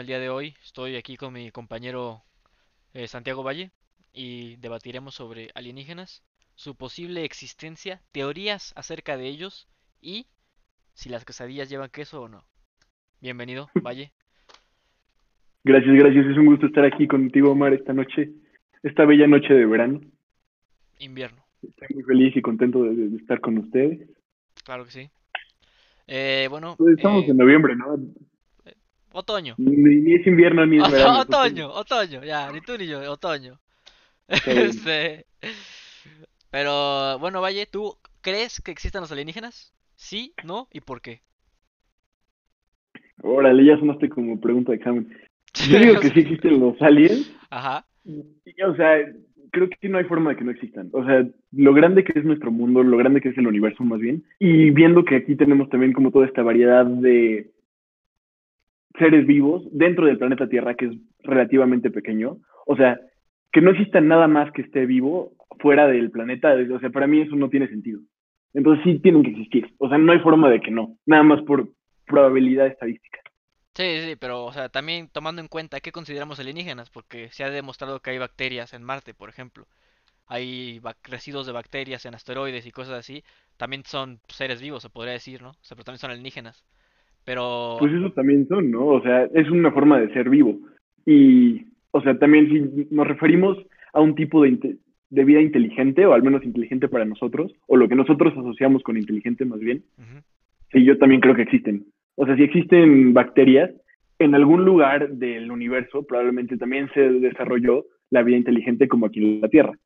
día de hoy. Estoy aquí con mi compañero Santiago Valle y debatiremos sobre alienígenas, su posible existencia, teorías acerca de ellos y si las quesadillas llevan queso o no. Bienvenido, Valle. Gracias, gracias. Es un gusto estar aquí contigo, Omar, esta noche, esta bella noche de verano. Invierno, Estoy muy feliz y contento de estar con ustedes. claro que sí. Bueno, Pues estamos en noviembre, ¿no? otoño. Ni es invierno ni es verano, es otoño. Otoño, ya, ni tú ni yo, otoño. Está bien. Este, pero bueno, Valle, ¿tú crees que existan los alienígenas? ¿Sí? ¿No? ¿Y por qué? Órale, ya sonaste como pregunta de examen. Yo digo que sí existen los aliens. Ajá. O sea, creo que no hay forma de que no existan. O sea, lo grande que es nuestro mundo, lo grande que es el universo más bien, y viendo que aquí tenemos también como toda esta variedad de seres vivos dentro del planeta Tierra, que es relativamente pequeño. O sea, que no exista nada más que esté vivo fuera del planeta. O sea, para mí eso no tiene sentido. Entonces sí tienen que existir. O sea, no hay forma de que no. Nada más por probabilidad estadística. Sí, sí, pero, o sea, también tomando en cuenta qué consideramos alienígenas, porque se ha demostrado que hay bacterias en Marte, por ejemplo. Hay residuos de bacterias en asteroides y cosas así. También son seres vivos, se podría decir, ¿no? O sea, pero también son alienígenas. Pero, Pues eso también son, ¿no? O sea, es una forma de ser vivo. Y, o sea, también si nos referimos a un tipo de vida inteligente, o al menos inteligente para nosotros, o lo que nosotros asociamos con inteligente más bien, ujú. sí, yo también creo que existen. O sea, si existen bacterias, en algún lugar del universo probablemente también se desarrolló la vida inteligente como aquí en la Tierra,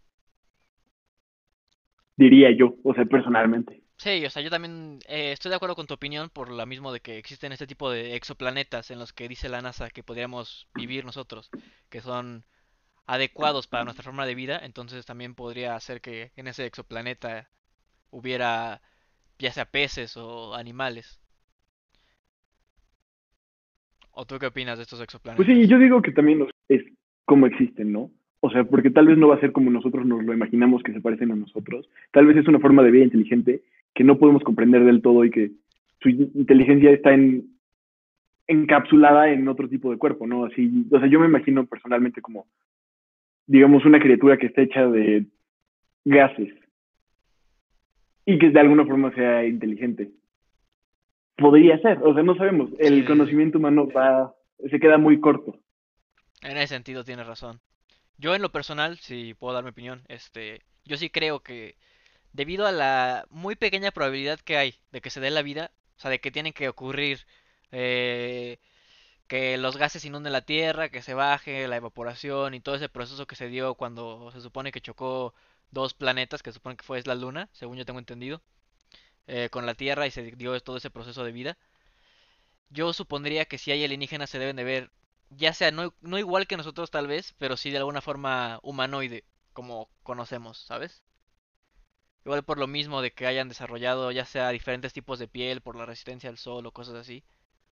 diría yo, o sea, personalmente. Sí, o sea, yo también estoy de acuerdo con tu opinión por lo mismo de que existen este tipo de exoplanetas en los que dice la NASA que podríamos vivir nosotros, que son adecuados para nuestra forma de vida, entonces también podría ser que en ese exoplaneta hubiera ya sea peces o animales. ¿O tú qué opinas de estos Pues sí, exoplanetas? yo digo que también es como existen, ¿no? O sea, porque tal vez no va a ser como nosotros nos lo imaginamos que se parecen a nosotros. Tal vez es una forma de vida inteligente que no podemos comprender del todo y que su inteligencia está encapsulada en otro tipo de cuerpo, ¿no? Así, o sea, yo me imagino personalmente como digamos, una criatura que está hecha de gases y que de alguna forma sea inteligente. Podría ser, o sea, no sabemos. Sí, El sí, sí. conocimiento humano se queda muy corto. En ese sentido tienes razón. Yo en lo personal, si puedo dar mi opinión, yo sí creo que debido a la muy pequeña probabilidad que hay de que se dé la vida, o sea, de que tienen que ocurrir eh, que los gases inunden la Tierra, que se baje la evaporación y todo ese proceso que se dio cuando se supone que chocó dos planetas, que se supone que fue es la Luna, según yo tengo entendido, con la Tierra y se dio todo ese proceso de vida. Yo supondría que si hay alienígenas se deben de ver, ya sea no igual que nosotros tal vez, pero sí de alguna forma humanoide, como conocemos, ¿sabes? Igual por lo mismo de que hayan desarrollado ya sea diferentes tipos de piel por la resistencia al sol o cosas así.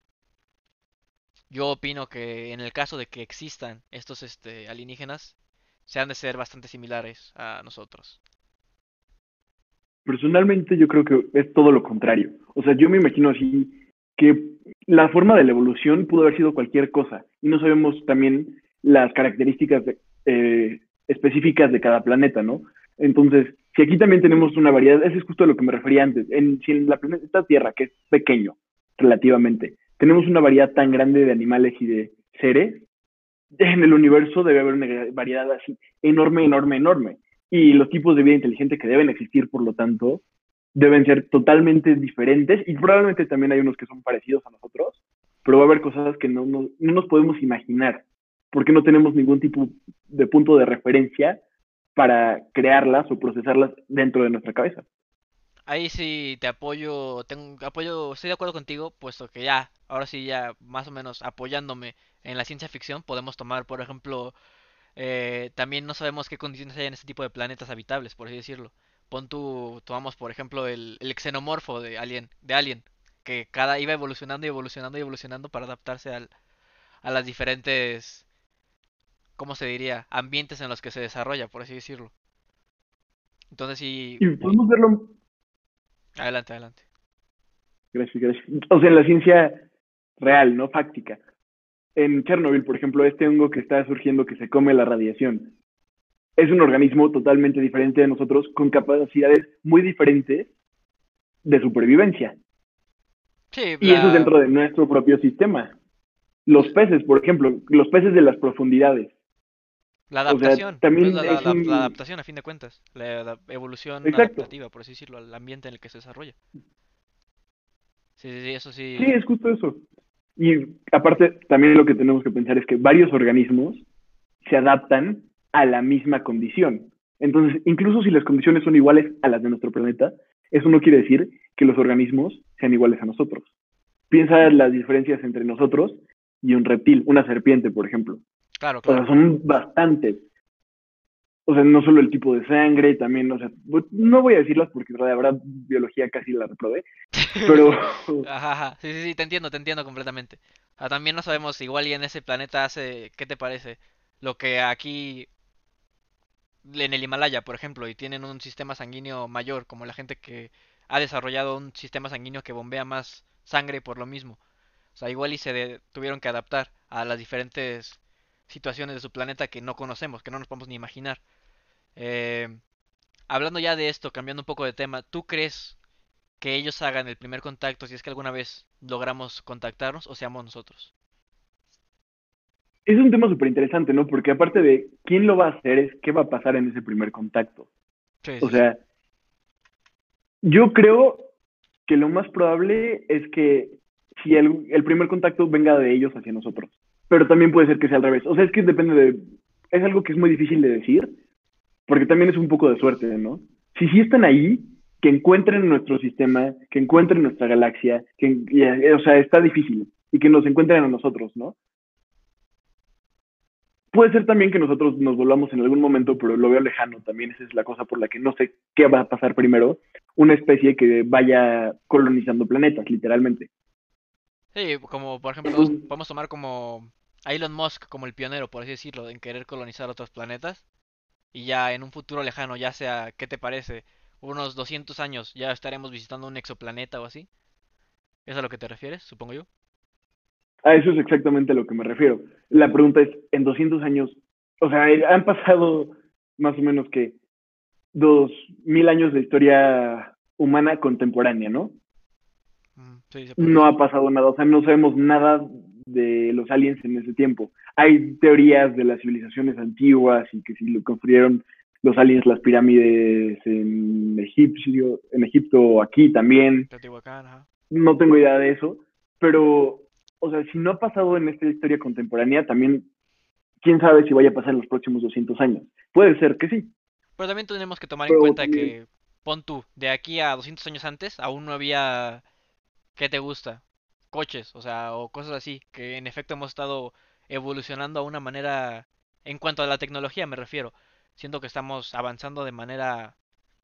Yo opino que en el caso de que existan estos alienígenas, se han de ser bastante similares a nosotros. Personalmente yo creo que es todo lo contrario. O sea, yo me imagino así que la forma de la evolución pudo haber sido cualquier cosa y no sabemos también las características específicas de cada planeta, ¿no? Entonces, si aquí también tenemos una variedad, eso es justo a lo que me refería antes, si en la planeta Tierra, que es pequeño relativamente, tenemos una variedad tan grande de animales y de seres, en el universo debe haber una variedad así enorme, enorme, enorme. Y los tipos de vida inteligente que deben existir, por lo tanto, deben ser totalmente diferentes y probablemente también hay unos que son parecidos a nosotros, pero va a haber cosas que no nos podemos imaginar porque no tenemos ningún tipo de punto de referencia para crearlas o procesarlas dentro de nuestra cabeza. Ahí sí te apoyo, estoy de acuerdo contigo, puesto que ya, ahora sí ya más o menos apoyándome en la ciencia ficción, podemos tomar, por ejemplo, también no sabemos qué condiciones hay en este tipo de planetas habitables, por así decirlo. Tomamos por ejemplo el xenomorfo de Alien, que cada iba evolucionando y evolucionando y evolucionando para adaptarse a las diferentes, ¿cómo se diría? Ambientes en los que se desarrolla, por así decirlo. Entonces sí, Y podemos verlo, adelante, adelante. gracias, gracias, o sea, en la ciencia real, no fáctica. En Chernobyl, por ejemplo, este hongo que está surgiendo que se come la radiación, es un organismo totalmente diferente de nosotros, con capacidades muy diferentes de supervivencia. Sí, Y eso es dentro de nuestro propio sistema. Los peces, por ejemplo, los peces de las profundidades. la O sea, adaptación, pues también es la un... adaptación a fin de cuentas, la evolución Exacto. adaptativa, por así decirlo, al ambiente en el que se desarrolla. Sí, sí, sí, eso Sí, sí. es justo eso. Y aparte, también lo que tenemos que pensar es que varios organismos se adaptan a la misma condición. Entonces, incluso si las condiciones son iguales a las de nuestro planeta, eso no quiere decir que los organismos sean iguales a nosotros. Piensa en las diferencias entre nosotros y un reptil, una serpiente, por ejemplo. Claro, O sea, claro. son bastantes. O sea, no solo el tipo de sangre, también, o sea, no voy a decirlas porque la verdad biología casi la reprobé, pero Ajá, ajá. Sí, sí, sí, te entiendo completamente. También no sabemos, igual y en ese planeta hace, ¿qué te parece? Lo que aquí en el Himalaya, por ejemplo, y tienen un sistema sanguíneo mayor, como la gente que ha desarrollado un sistema sanguíneo que bombea más sangre por lo mismo. O sea, igual y tuvieron que adaptar a las diferentes situaciones de su planeta que no conocemos, que no nos podemos ni imaginar. Eh, Hablando ya de esto, cambiando un poco de tema, ¿tú crees que ellos hagan el primer contacto si es que alguna vez logramos contactarnos o seamos nosotros? es un tema súper interesante, ¿no? Porque aparte de quién lo va a hacer, es qué va a pasar en ese primer contacto. Sí, O sí, sí. sea, yo creo que lo más probable es que si el primer contacto venga de ellos hacia nosotros, pero también puede ser que sea al revés. O sea, es que depende de... Es algo que es muy difícil de decir, porque también es un poco de suerte, ¿no? Si sí están ahí, que encuentren nuestro sistema, que encuentren nuestra galaxia, o sea, está difícil, y que nos encuentren a nosotros, ¿no? Puede ser también que nosotros nos volvamos en algún momento, pero lo veo lejano también. Esa es la cosa por la que no sé qué va a pasar primero. Una especie que vaya colonizando planetas, literalmente. Sí, como por ejemplo, Entonces, podemos tomar como a Elon Musk como el pionero, por así decirlo, en querer colonizar otros planetas. Y ya en un futuro lejano, ya sea, ¿qué te parece? Unos 200 años, ya estaremos visitando un exoplaneta o así. ¿Es a lo que te refieres, supongo yo? a eso es exactamente a lo que me refiero. La pregunta es, en 200 años, o sea, han pasado más o menos que 2000 años de historia humana contemporánea, ¿no? Sí, se podría No decir. ha pasado nada, o sea, no sabemos nada de los aliens en ese tiempo. Hay teorías de las civilizaciones antiguas y que si lo construyeron los aliens las pirámides en Egipto o aquí también. Teotihuacán, ajá. No tengo idea de eso, pero, o sea, si no ha pasado en esta historia contemporánea, también, quién sabe si vaya a pasar en los próximos 200 años. Puede ser que sí, Pero también tenemos que tomar en pero cuenta también, que, pon tú, de aquí a 200 años antes, aún no había, ¿qué te gusta? Coches, o sea, o cosas así, que en efecto hemos estado evolucionando a una manera, en cuanto a la tecnología me refiero. Siento que estamos avanzando de manera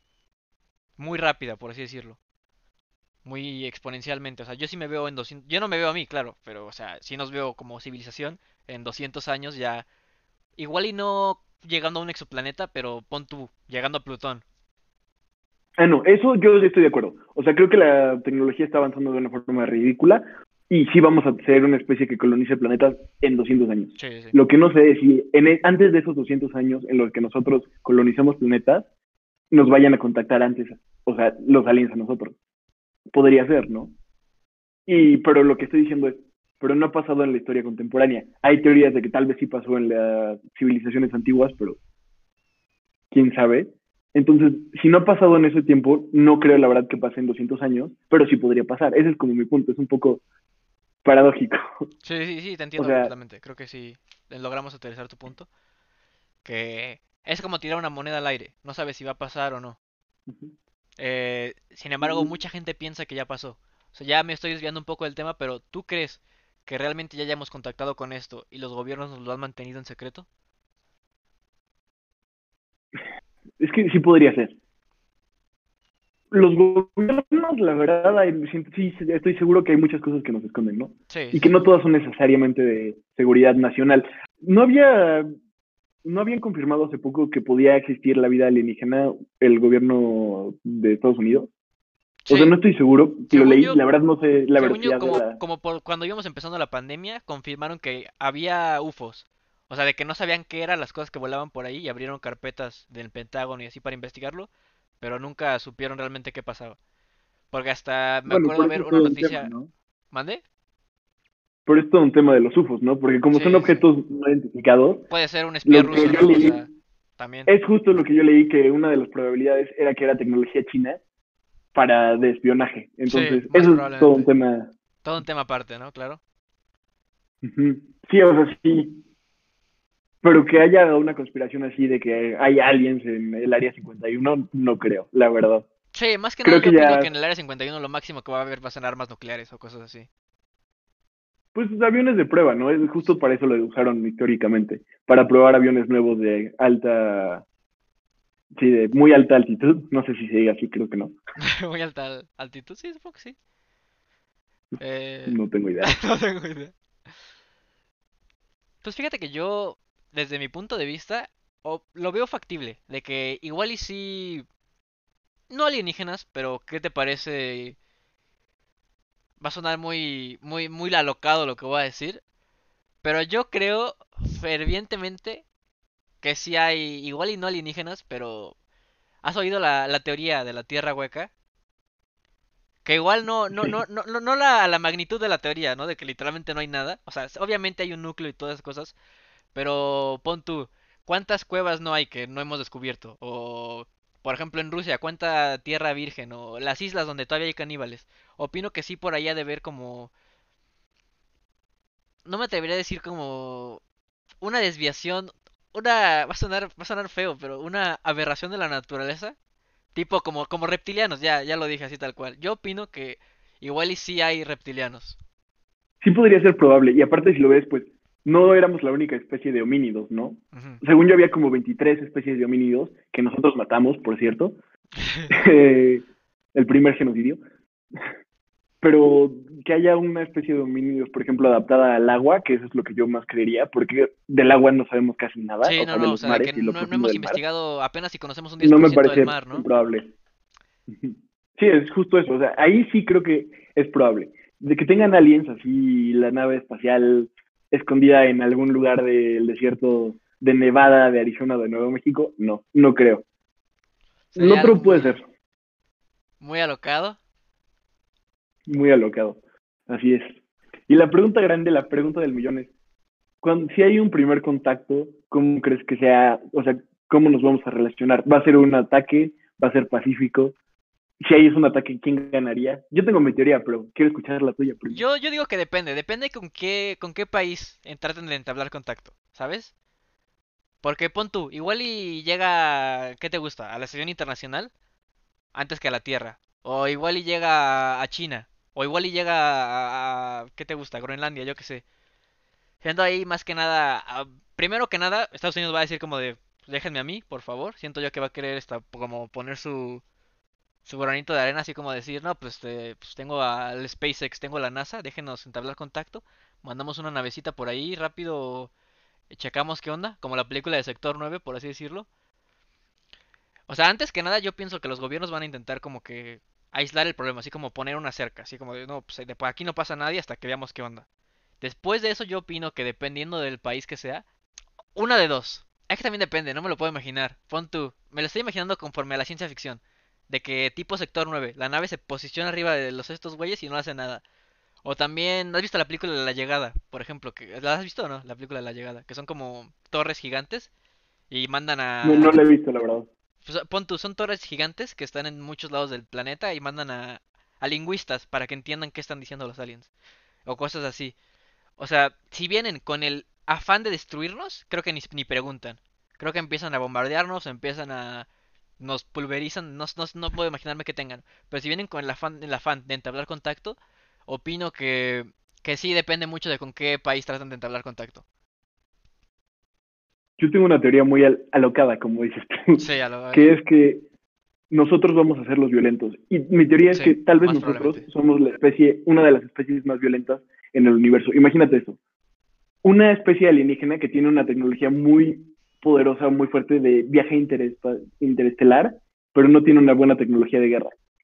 muy rápida, por así decirlo. Muy exponencialmente. O sea, yo sí me veo en 200, yo no me veo a mí, claro, pero o sea, sí nos veo como civilización en 200 años ya, igual y no llegando a un exoplaneta, pero pon tú, llegando a Plutón. no, eso yo estoy de acuerdo. O sea, creo que la tecnología está avanzando de una forma ridícula y sí vamos a ser una especie que colonice planetas en 200 años. Sí, sí, sí. Lo que no sé es si antes de esos 200 años en los que nosotros colonizamos planetas, nos vayan a contactar antes, o sea, los aliens a nosotros. Podría ser, ¿no? Pero lo que estoy diciendo es, pero no ha pasado en la historia contemporánea. Hay teorías de que tal vez sí pasó en las civilizaciones antiguas, pero quién sabe. Entonces, si no ha pasado en ese tiempo, no creo la verdad que pase en 200 años, pero sí podría pasar. Ese es como mi punto, es un poco paradójico. Sí, sí, sí, te O entiendo sea, completamente. Creo que sí logramos aterrizar tu punto. Que es como tirar una moneda al aire. No sabes si va a pasar o no. Sin embargo, mucha gente piensa que ya pasó. O sea, ya me estoy desviando un poco del tema, pero ¿tú crees que realmente ya hayamos contactado con esto y los gobiernos nos lo han mantenido en secreto? es que sí podría ser. Los gobiernos, la verdad, sí, estoy seguro que hay muchas cosas que nos esconden, ¿no? Sí, Y sí, que sí. no todas son necesariamente de seguridad nacional. No había ¿No habían confirmado hace poco que podía existir la vida alienígena el gobierno de Estados Unidos? O sea, Sí, no estoy seguro, lo según leí, yo, la verdad no sé la según yo, veracidad de la... como por cuando íbamos empezando la pandemia, confirmaron que había UFOs. O sea, de que no sabían qué eran las cosas que volaban por ahí y abrieron carpetas del Pentágono y así para investigarlo, pero nunca supieron realmente qué pasaba. Porque hasta me Bueno, acuerdo por eso ver es una todo un tema, noticia. ¿no? ¿Mande? Por eso es todo un tema de los UFOs, ¿no? Porque como son Sí, sí, sí. objetos no identificados, Puede ser un espía lo que ruso, yo ¿no? O leí sea, también. es justo lo que yo leí, que una de las probabilidades era que era tecnología china para de espionaje. Sí, Entonces, más eso es todo un probablemente. tema. Todo un tema aparte, ¿no? Claro. Ujú. Sí, o sea, sí. Pero que haya una conspiración así de que hay aliens en el área 51, no creo, la verdad. Sí, más que nada Creo yo que opino que ya, en el Área 51 lo máximo que va a haber va a ser armas nucleares o cosas así. pues aviones de prueba, ¿no? Es justo para eso lo usaron históricamente, para probar aviones nuevos de alta, sí, de muy alta altitud. No sé si se diga así, creo que no. Muy alta altitud, sí, supongo que sí. Eh, No tengo idea. no tengo idea. Pues fíjate que yo, desde mi punto de vista, lo veo factible, de que igual y sí, no alienígenas, pero ¿qué te parece? Va a sonar muy alocado lo que voy a decir, pero yo creo fervientemente que sí hay, igual y no alienígenas, pero ¿has oído la teoría de la Tierra hueca? Que igual no la magnitud de la teoría, ¿no? De que literalmente no hay nada. O sea, obviamente hay un núcleo y todas esas cosas. Pero pon tú, ¿cuántas cuevas no hay que no hemos descubierto? O, por ejemplo, en Rusia, ¿cuánta tierra virgen? O las islas donde todavía hay caníbales. Opino que sí por allá de ver como... No me atrevería a decir como una desviación, va a sonar feo, pero una aberración de la naturaleza. Tipo como reptilianos, ya lo dije así tal cual. Yo opino que igual y sí hay reptilianos. Sí podría ser probable, y aparte si lo ves, pues no éramos la única especie de homínidos, ¿no? Ujú. Según yo había como 23 especies de homínidos que nosotros matamos, por cierto, el primer genocidio, pero que haya una especie de homínidos, por ejemplo, adaptada al agua, que eso es lo que yo más creería, porque del agua no sabemos casi nada, Sí, o no, sea, de no, o los sea, de mares que y lo no profundo hemos del mar, investigado apenas si conocemos un diez no por me ciento del parece mar, ¿no? improbable. Sí, es justo eso, o sea, ahí sí creo que es probable. De que tengan aliens así, la nave espacial escondida en algún lugar del desierto de Nevada, de Arizona, de Nuevo México, no, no creo. El Sería algo otro puede ser muy alocado. muy alocado, así es. Y la pregunta grande, la pregunta del millón es, si hay un primer contacto, ¿cómo crees que sea? O sea, ¿cómo nos vamos a relacionar? ¿Va a ser un ataque? ¿Va a ser pacífico? Si ahí es un ataque, ¿quién ganaría? Yo tengo mi teoría, pero quiero escuchar la tuya primero. Yo digo que depende con qué país traten de entablar contacto, ¿sabes? Porque pon tú, igual y llega, ¿qué te gusta? A la estación internacional antes que a la Tierra. O igual y llega a China. O igual y llega ¿qué te gusta? Groenlandia, yo qué sé. Siendo ahí más que nada, primero que nada, Estados Unidos va a decir como de, déjenme a mí, por favor. Siento yo que va a querer como poner su granito de arena, así como decir, no, pues, pues tengo al SpaceX, tengo la NASA, déjenos entablar contacto. Mandamos una navecita por ahí, rápido, checamos qué onda, como la película de Sector 9, por así decirlo. O sea, antes que nada yo pienso que los gobiernos van a intentar como que aislar el problema, así como poner una cerca, así como de, no, pues de por aquí no pasa nadie hasta que veamos qué onda. Después de eso yo opino que dependiendo del país que sea, una de dos. Es que también depende, no me lo puedo imaginar. Pon tú, me lo estoy imaginando conforme a la ciencia ficción. De que tipo Sector 9, la nave se posiciona arriba de los estos güeyes y no hace nada. O también, ¿has visto la película de La Llegada? Por ejemplo, que ¿la has visto o no? La película de La Llegada, que son como torres gigantes y mandan No, no a la he visto, la verdad. pues, pon tú, son torres gigantes que están en muchos lados del planeta y mandan a lingüistas para que entiendan qué están diciendo los aliens. O cosas así. O sea, si vienen con el afán de destruirnos, creo que ni preguntan. Creo que empiezan a bombardearnos, empiezan a... Nos pulverizan, no puedo imaginarme que tengan. Pero si vienen con el afán de entablar contacto, opino que sí depende mucho de con qué país tratan de entablar contacto. Yo tengo una teoría muy alocada, como dices tú, Sí, a ver. que es que nosotros vamos a ser los violentos. Y mi teoría es Sí, que tal vez más nosotros probablemente. somos la especie, una de las especies más violentas en el universo. Imagínate eso. Una especie alienígena que tiene una tecnología muy poderosa, muy fuerte de viaje interestelar, pero no tiene una buena tecnología de guerra.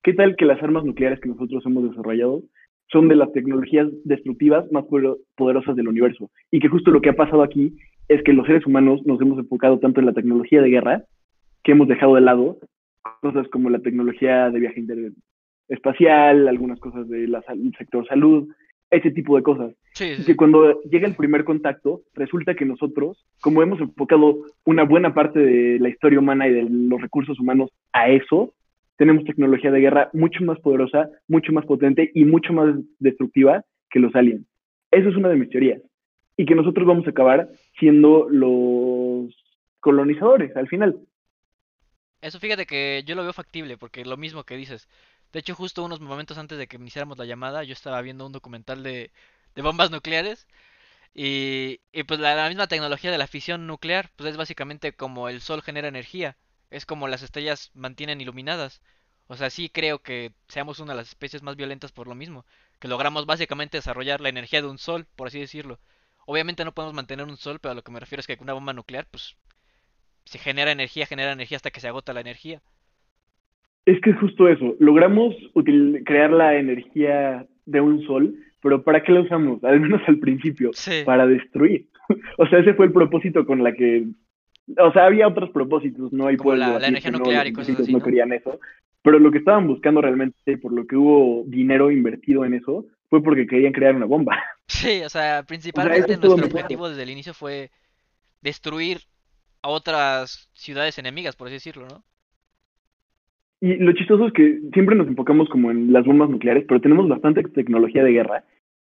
¿Qué tal que las armas nucleares que nosotros hemos desarrollado son de las tecnologías destructivas más poderosas del universo? Y que justo lo que ha pasado aquí es que los seres humanos nos hemos enfocado tanto en la tecnología de guerra que hemos dejado de lado cosas como la tecnología de viaje espacial, algunas cosas del sector salud, ese tipo de cosas. Sí, sí, Y que sí. cuando llega el primer contacto, resulta que nosotros, como hemos enfocado una buena parte de la historia humana y de los recursos humanos a eso, tenemos tecnología de guerra mucho más poderosa, mucho más potente y mucho más destructiva que los aliens. Eso es una de mis teorías. Y que nosotros vamos a acabar siendo los colonizadores al final. Eso fíjate que yo lo veo factible, porque lo mismo que dices. De hecho, justo unos momentos antes de que iniciáramos la llamada, yo estaba viendo un documental de bombas nucleares y pues la misma tecnología de la fisión nuclear, pues es básicamente como el sol genera energía, es como las estrellas mantienen iluminadas. O sea, sí creo que seamos una de las especies más violentas por lo mismo, que logramos básicamente desarrollar la energía de un sol, por así decirlo. Obviamente no podemos mantener un sol, pero a lo que me refiero es que una bomba nuclear, pues se genera energía hasta que se agota la energía. Es que es justo eso. Logramos crear la energía de un sol, pero ¿para qué la usamos? Al menos al principio, Sí, para destruir. O sea, ese fue el propósito con la que... O sea, había otros propósitos, no hay como puedes la debatir energía que no, los nuclear y cosas científicos así, no ¿no? querían eso, pero lo que estaban buscando realmente, por lo que hubo dinero invertido en eso, fue porque querían crear una bomba. Sí, o sea, O sea, eso principalmente es todo nuestro mi punto. objetivo desde el inicio fue destruir a otras ciudades enemigas, por así decirlo, ¿no? Y lo chistoso es que siempre nos enfocamos como en las bombas nucleares, pero tenemos bastante tecnología de guerra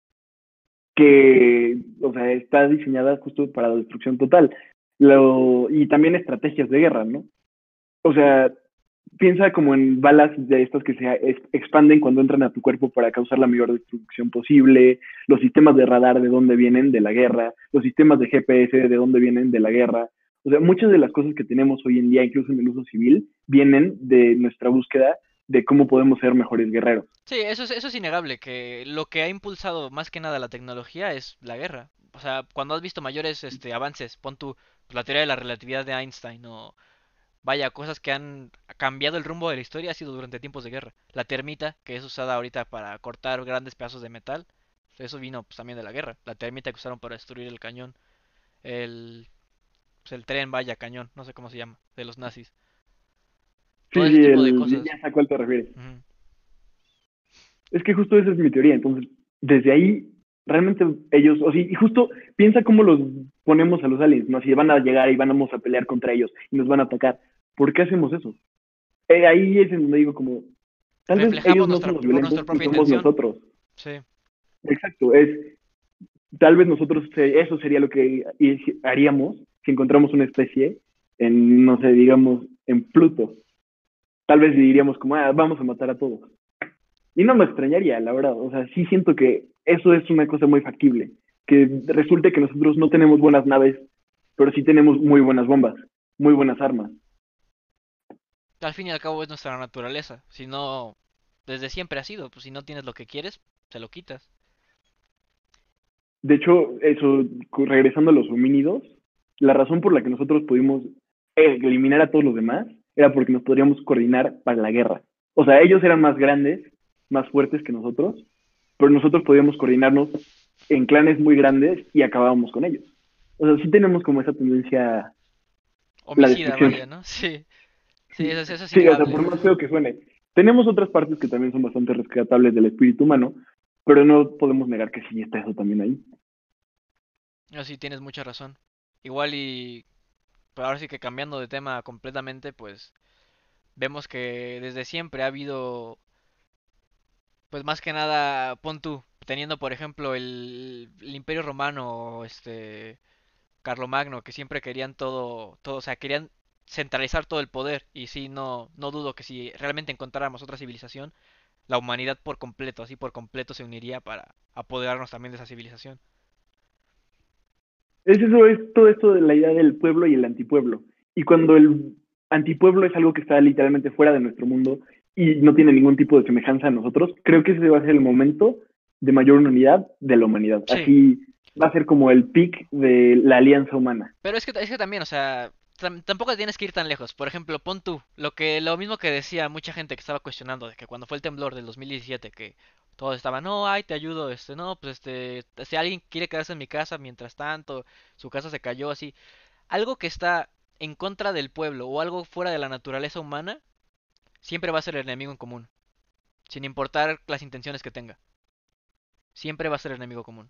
que, o sea, está diseñada justo para la destrucción total. Y también estrategias de guerra, ¿no? O sea, piensa como en balas de estas que se expanden cuando entran a tu cuerpo para causar la mayor destrucción posible, los sistemas de radar de dónde vienen de la guerra, los sistemas de GPS de dónde vienen de la guerra. O sea, muchas de las cosas que tenemos hoy en día, incluso en el uso civil, vienen de nuestra búsqueda de cómo podemos ser mejores guerreros. Sí, eso es innegable, que lo que ha impulsado más que nada la tecnología es la guerra. O sea, cuando has visto mayores avances, pon tú pues, la teoría de la relatividad de Einstein o vaya, cosas que han cambiado el rumbo de la historia ha sido durante tiempos de guerra. La termita, que es usada ahorita para cortar grandes pedazos de metal, eso vino pues, también de la guerra. La termita que usaron para destruir el cañón, el, pues, el tren, vaya, cañón, no sé cómo se llama, de los nazis. Sí, Todo ese sí, tipo de cosas. ya sé a cuál te refieres. Ujú. Es que justo esa es mi teoría. Entonces, desde ahí, realmente ellos, o sí, y justo piensa cómo los ponemos a los aliens, ¿no? Si van a llegar y vamos a pelear contra ellos y nos van a atacar. ¿Por qué hacemos eso? Ahí es en donde digo como, tal vez ellos Reflejamos no son los violentos nuestra y propia somos intención. nosotros. Sí. Exacto, tal vez nosotros, eso sería lo que haríamos si encontramos una especie en, no sé, digamos, en Pluto. Tal vez diríamos como, vamos a matar a todos. Y no me extrañaría, la verdad. O sea, sí siento que eso es una cosa muy factible. Que resulte que nosotros no tenemos buenas naves, pero sí tenemos muy buenas bombas, muy buenas armas. Al fin y al cabo es nuestra naturaleza. Si no, desde siempre ha sido. Pues si no tienes lo que quieres, se lo quitas. De hecho, eso, regresando a los homínidos, la razón por la que nosotros pudimos eliminar a todos los demás era porque nos podríamos coordinar para la guerra. O sea, ellos eran más grandes, más fuertes que nosotros, pero nosotros podíamos coordinarnos en clanes muy grandes y acabábamos con ellos. O sea, sí tenemos como esa tendencia a la Homicida, destrucción. vaya, ¿no? Sí. Sí, eso es Sí, o sea, innegable. por más feo que suene. Tenemos otras partes que también son bastante rescatables del espíritu humano, pero no podemos negar que sí está eso también ahí. No, sí, tienes mucha razón. Igual y... Pero ahora sí que cambiando de tema completamente, pues vemos que desde siempre ha habido, pues más que nada, pon tú, teniendo por ejemplo el Imperio Romano, Carlomagno, que siempre querían todo, o sea, querían centralizar todo el poder. Y sí, no dudo que si realmente encontráramos otra civilización, la humanidad por completo, así por completo se uniría para apoderarnos también de esa civilización. Es eso, es todo esto de la idea del pueblo y el antipueblo. Y cuando el antipueblo es algo que está literalmente fuera de nuestro mundo y no tiene ningún tipo de semejanza a nosotros, creo que ese va a ser el momento de mayor unidad de la humanidad. Sí, Así va a ser como el pic de la alianza humana. pero es que también, o sea, tampoco tienes que ir tan lejos. Por ejemplo, pon tú, lo mismo que decía mucha gente que estaba cuestionando de que cuando fue el temblor del 2017 que todos estaban, no, ay, te ayudo, no, pues si alguien quiere quedarse en mi casa mientras tanto, su casa se cayó así, algo que está en contra del pueblo o algo fuera de la naturaleza humana, siempre va a ser el enemigo en común, sin importar las intenciones que tenga. Siempre va a ser el enemigo común.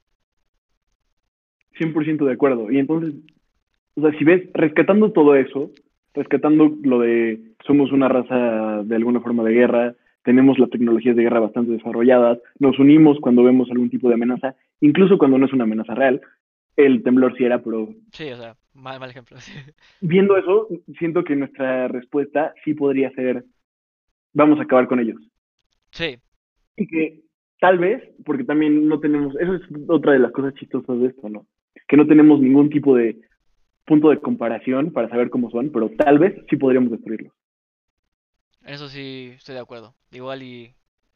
100% de acuerdo. Y entonces, o sea, si ves, rescatando todo eso, rescatando lo de somos una raza de alguna forma de guerra, tenemos las tecnologías de guerra bastante desarrolladas, nos unimos cuando vemos algún tipo de amenaza, incluso cuando no es una amenaza real. El temblor sí era, pero Sí, o sea, mal ejemplo. Sí. viendo eso, siento que nuestra respuesta sí podría ser, vamos a acabar con ellos. Sí, Y que tal vez, porque también no tenemos, eso es otra de las cosas chistosas de esto, ¿no? Que no tenemos ningún tipo de punto de comparación para saber cómo son, pero tal vez sí podríamos destruirlos. eso sí estoy de acuerdo. Igual y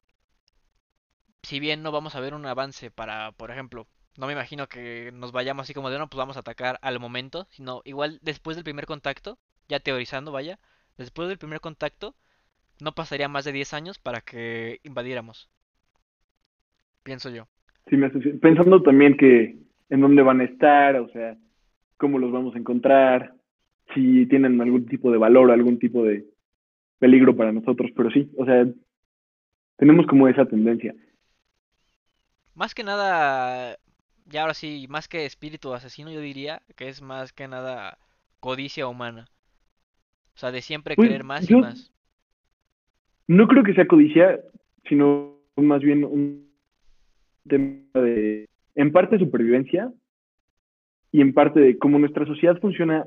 si bien no vamos a ver un avance para, por ejemplo, no me imagino que nos vayamos así como de no, pues vamos a atacar al momento, sino igual después del primer contacto, ya teorizando, vaya, después del primer contacto, no pasaría más de 10 años para que invadiéramos, pienso yo. Sí, pensando también que en dónde van a estar, o sea, cómo los vamos a encontrar, si tienen algún tipo de valor o algún tipo de peligro para nosotros, pero sí, o sea, tenemos como esa tendencia. Más que nada, ya ahora sí, más que espíritu asesino, yo diría que es más que nada codicia humana. O sea, de siempre Pues querer más y yo más. no creo que sea codicia, sino más bien un tema de, en parte, supervivencia y en parte de cómo nuestra sociedad funciona,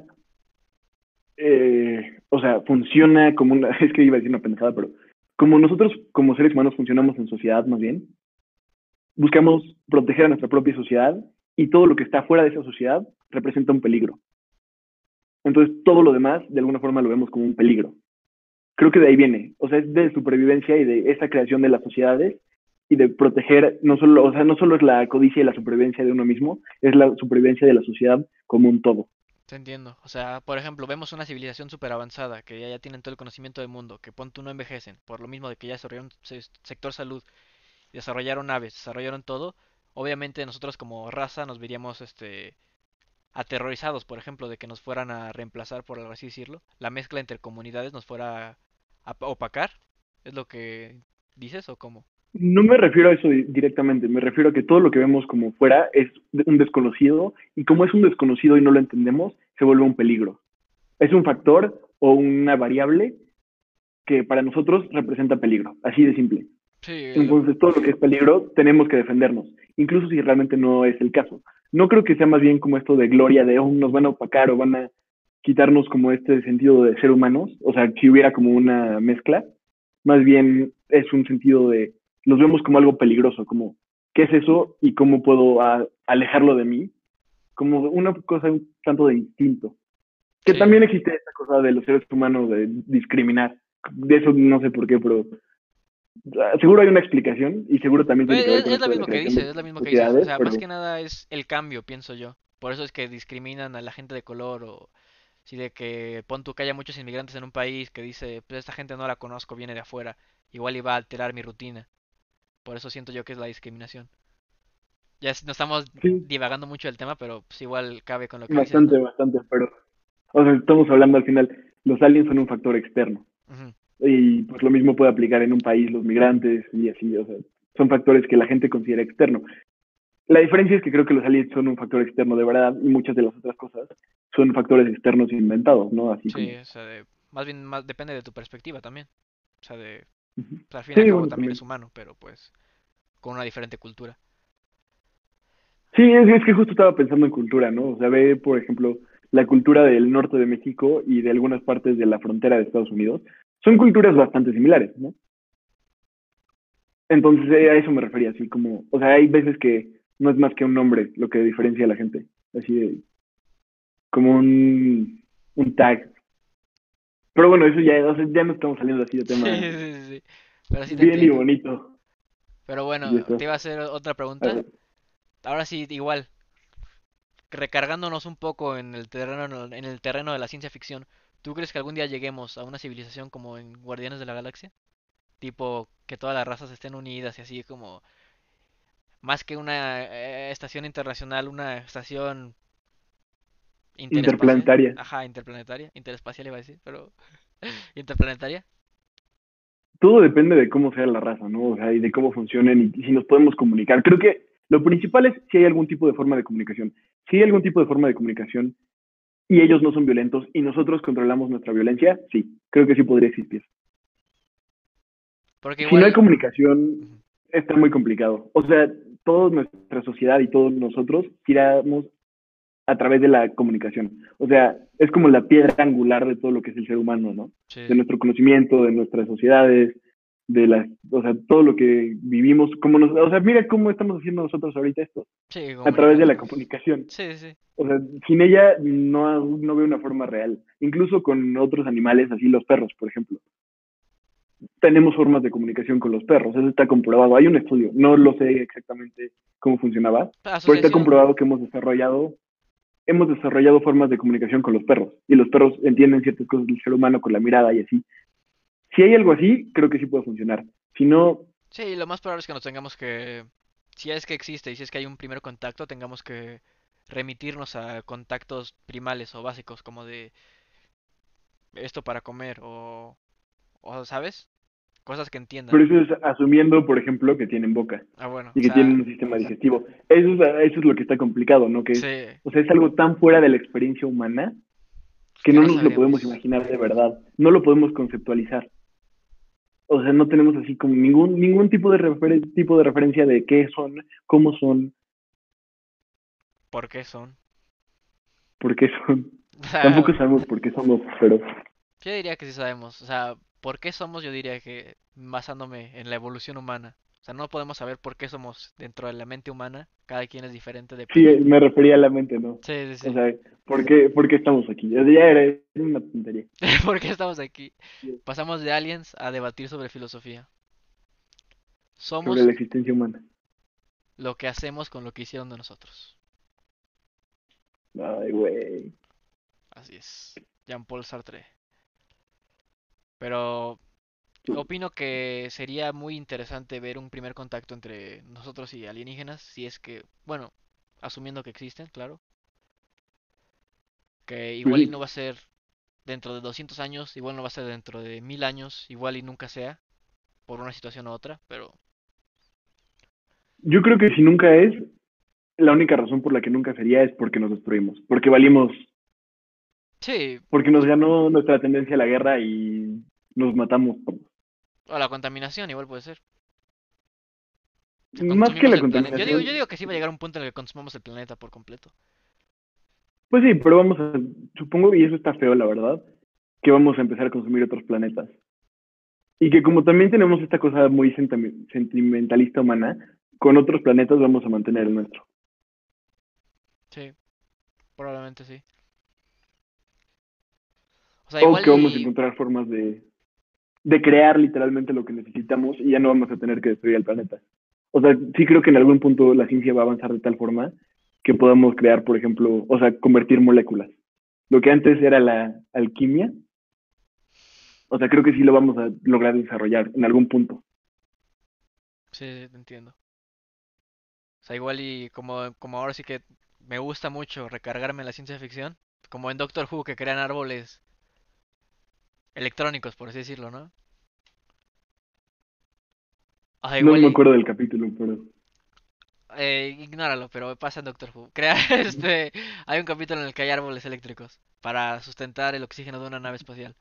o sea, funciona como una, es que iba a decir una pendejada, pero como nosotros como seres humanos funcionamos en sociedad más bien, buscamos proteger a nuestra propia sociedad y todo lo que está fuera de esa sociedad representa un peligro. Entonces todo lo demás de alguna forma lo vemos como un peligro. Creo que de ahí viene, o sea, es de supervivencia y de esa creación de las sociedades y de proteger, no solo, o sea, no solo es la codicia y la supervivencia de uno mismo, es la supervivencia de la sociedad como un todo. Te entiendo. O sea, por ejemplo, vemos una civilización súper avanzada, que ya tienen todo el conocimiento del mundo, que pon tú no envejecen, por lo mismo de que ya desarrollaron sector salud, desarrollaron aves, desarrollaron todo. Obviamente nosotros como raza nos veríamos aterrorizados, por ejemplo, de que nos fueran a reemplazar, por algo así decirlo. La mezcla entre comunidades nos fuera a opacar. ¿Es lo que dices o cómo? No me refiero a eso directamente, me refiero a que todo lo que vemos como fuera es un desconocido y como es un desconocido y no lo entendemos, se vuelve un peligro. Es un factor o una variable que para nosotros representa peligro, así de simple. Sí, Entonces, todo lo que es peligro, tenemos que defendernos, incluso si realmente no es el caso. No creo que sea más bien como esto de gloria, de oh, nos van a opacar o van a quitarnos como este sentido de ser humanos, o sea, si hubiera como una mezcla, más bien es un sentido de, los vemos como algo peligroso, como, ¿qué es eso y cómo puedo alejarlo de mí? Como una cosa un tanto de instinto. Que sí. también existe esta cosa de los seres humanos de discriminar. De eso no sé por qué, pero seguro hay una explicación y seguro también tiene Pues que ver con es lo esto de la mismo que creación de dices, es lo mismo que dices. O sociedades, sea, más pero que nada es el cambio, pienso yo. Por eso es que discriminan a la gente de color o si de que pon tú que haya muchos inmigrantes en un país que dice, pues esta gente no la conozco, viene de afuera, igual iba a alterar mi rutina. Por eso siento yo que es la discriminación. Ya no estamos sí, divagando mucho del tema, pero pues igual cabe con lo que dices, bastante, ¿no? bastante, pero, o sea, estamos hablando al final, los aliens son un factor externo Ujú. y pues lo mismo puede aplicar en un país, los migrantes y así, o sea, son factores que la gente considera externo. La diferencia es que creo que los aliens son un factor externo de verdad y muchas de las otras cosas son factores externos inventados, ¿no? Así Sí, como... o sea, más bien más depende de tu perspectiva también. O sea, Ujú. pues, al fin y al Sí, cabo bueno, también es también. humano, pero pues con una diferente cultura. Sí, es que justo estaba pensando en cultura, ¿no? O sea, ve, por ejemplo, la cultura del norte de México y de algunas partes de la frontera de Estados Unidos. Son culturas bastante similares, ¿no? Entonces, a eso me refería, así como, o sea, hay veces que no es más que un nombre lo que diferencia a la gente, así de, como un tag. Pero bueno, eso ya, o sea, ya no estamos saliendo así de Sí, tema sí, sí. Pero sí te bien y entiendo. bonito. Pero Y bueno, esto, te iba a hacer otra a pregunta. ver, Ahora sí, igual, recargándonos un poco en el terreno de la ciencia ficción, ¿tú crees que algún día lleguemos a una civilización como en Guardianes de la Galaxia? Tipo, que todas las razas estén unidas y así como, más que una estación internacional, una estación interespacial. Interplanetaria. Ajá, interplanetaria. Interespacial iba a decir, pero interplanetaria. Todo depende de cómo sea la raza, ¿no? O sea, y de cómo funcionen y si nos podemos comunicar. Creo que lo principal es si hay algún tipo de forma de comunicación. Si hay algún tipo de forma de comunicación y ellos no son violentos y nosotros controlamos nuestra violencia, sí, creo que sí podría existir. Porque Si no hay igual... comunicación, Ujú. está muy complicado. O sea, toda nuestra sociedad y todos nosotros giramos a través de la comunicación. O sea, es como la piedra angular de todo lo que es el ser humano, ¿no? Sí, De sí. nuestro conocimiento, de nuestras sociedades, de las, o sea, todo lo que vivimos, como nos, o sea, mira cómo estamos haciendo nosotros ahorita esto, Sí, a través de la comunicándonos. comunicación. Sí, sí. O sea, sin ella no veo una forma real. Incluso con otros animales, así los perros, por ejemplo. Tenemos formas de comunicación con los perros, eso está comprobado. Hay un estudio, no lo sé exactamente cómo funcionaba, pero está Asociación. comprobado que hemos desarrollado formas de comunicación con los perros y los perros entienden ciertas cosas del ser humano con la mirada y así. Si hay algo así, creo que sí puede funcionar. Si no, Sí, lo más probable es que nos tengamos que, si es que existe y si es que hay un primer contacto, tengamos que remitirnos a contactos primales o básicos, como de esto para comer ¿sabes? Cosas que entiendan. pero eso es asumiendo, por ejemplo, que tienen boca Ah, bueno, o y que tienen sea, un sistema digestivo. Eso es lo que está complicado, ¿no? Que sí, es, o sea, es algo tan fuera de la experiencia humana que que no no nos lo podemos sabemos. imaginar de verdad, no lo podemos conceptualizar. O sea, no tenemos así como ningún tipo de referencia de qué son, cómo son, ¿Por qué son? por qué son. O sea, Tampoco sabemos por qué somos, pero yo diría que sí sabemos. O sea, ¿por qué somos? Yo diría que basándome en la evolución humana. O sea, no podemos saber por qué somos dentro de la mente humana. Cada quien es diferente, sí, depende. me refería a la mente, ¿no? Sí, sí, O sí. sea, ¿por qué estamos aquí? Ya era una tontería. ¿Por qué estamos aquí? Pasamos de aliens a debatir sobre filosofía. Sobre Somos la existencia humana. lo que hacemos con lo que hicieron de nosotros. Ay, güey. Así es. Jean-Paul Sartre. Pero opino que sería muy interesante ver un primer contacto entre nosotros y alienígenas, si es que, bueno, asumiendo que existen, claro, que Pues igual y no sí. va a ser dentro de 200 años, igual no va a ser dentro de 1000 años, igual y nunca sea, por una situación u otra, pero Yo creo que si nunca es, la única razón por la que nunca sería es porque nos destruimos, porque valimos, sí, porque nos ganó nuestra tendencia a la guerra y nos matamos todos. o la contaminación igual puede ser. O sea, Más que consumimos la el planeta. Yo contaminación, digo que sí va a llegar un punto en el que consumamos el planeta por completo. pues sí, pero supongo, y eso está feo, la verdad, que vamos a empezar a consumir otros planetas. Y que como también tenemos esta cosa muy sentimentalista humana, con otros planetas vamos a mantener el nuestro. Sí, probablemente sí. O sea, O igual que vamos a y... encontrar formas de crear literalmente lo que necesitamos y ya no vamos a tener que destruir el planeta. O sea, sí creo que en algún punto la ciencia va a avanzar de tal forma que podamos crear, por ejemplo, o sea, convertir moléculas. Lo que antes era la alquimia, o sea, creo que sí lo vamos a lograr desarrollar en algún punto. Sí, sí, te entiendo. O sea, igual y como ahora sí que me gusta mucho recargarme en la ciencia ficción, como en Doctor Who que crean árboles electrónicos, por así decirlo, ¿no? O sea, No igual me y... acuerdo del capítulo, pero ignóralo, pero pasa en Doctor Who. Hay un capítulo en el que hay árboles eléctricos para sustentar el oxígeno de una nave espacial.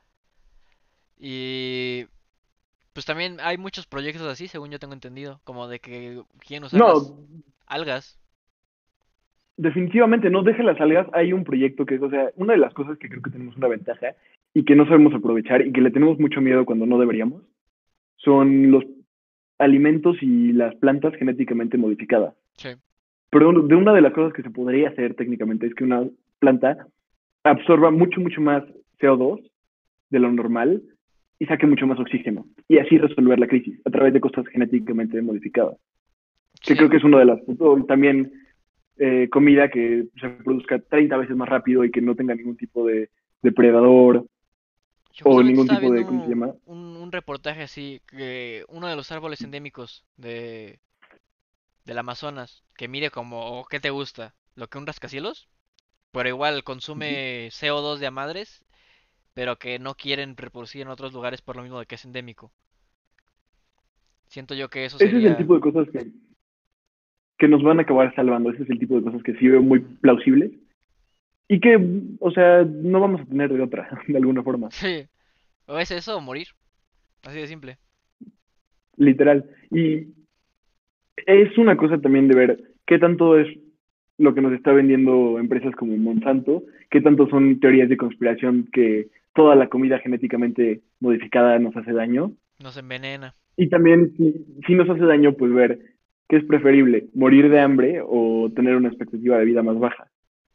Y pues también hay muchos proyectos así, según yo tengo entendido, como de que quieren usar las no, algas. definitivamente no, deje las algas. Hay un proyecto que es, o sea, una de las cosas que creo que tenemos una ventaja y que no sabemos aprovechar y que le tenemos mucho miedo cuando no deberíamos, son los alimentos y las plantas genéticamente modificadas. Sí, Pero de una de las cosas que se podría hacer técnicamente es que una planta absorba mucho, mucho más CO2 de lo normal y saque mucho más oxígeno. Y así resolver la crisis a través de cosas genéticamente modificadas. Que creo sí, que es uno de las... También comida que se produzca 30 veces más rápido y que no tenga ningún tipo de depredador Yo o justamente ningún estaba tipo viendo de, ¿cómo se llama? un reportaje así, que uno de los árboles endémicos del Amazonas, que mide como, ¿qué te gusta? ¿Lo que un rascacielos? Pero igual consume CO2 de a madres, pero que no quieren reproducir en otros lugares por lo mismo de que es endémico. Siento yo que eso Ese es el sería... tipo de cosas que nos van a acabar salvando. Ese es el tipo de cosas que sí veo muy mm, plausibles y que, o sea, no vamos a tener de otra, de alguna forma, Sí, o es eso o morir, así de simple. literal. Y es una cosa también de ver qué tanto es lo que nos está vendiendo empresas como Monsanto, qué tanto son teorías de conspiración que toda la comida genéticamente modificada nos hace daño. Nos envenena. Y también, si nos hace daño, pues ver qué es preferible, morir de hambre o tener una expectativa de vida más baja.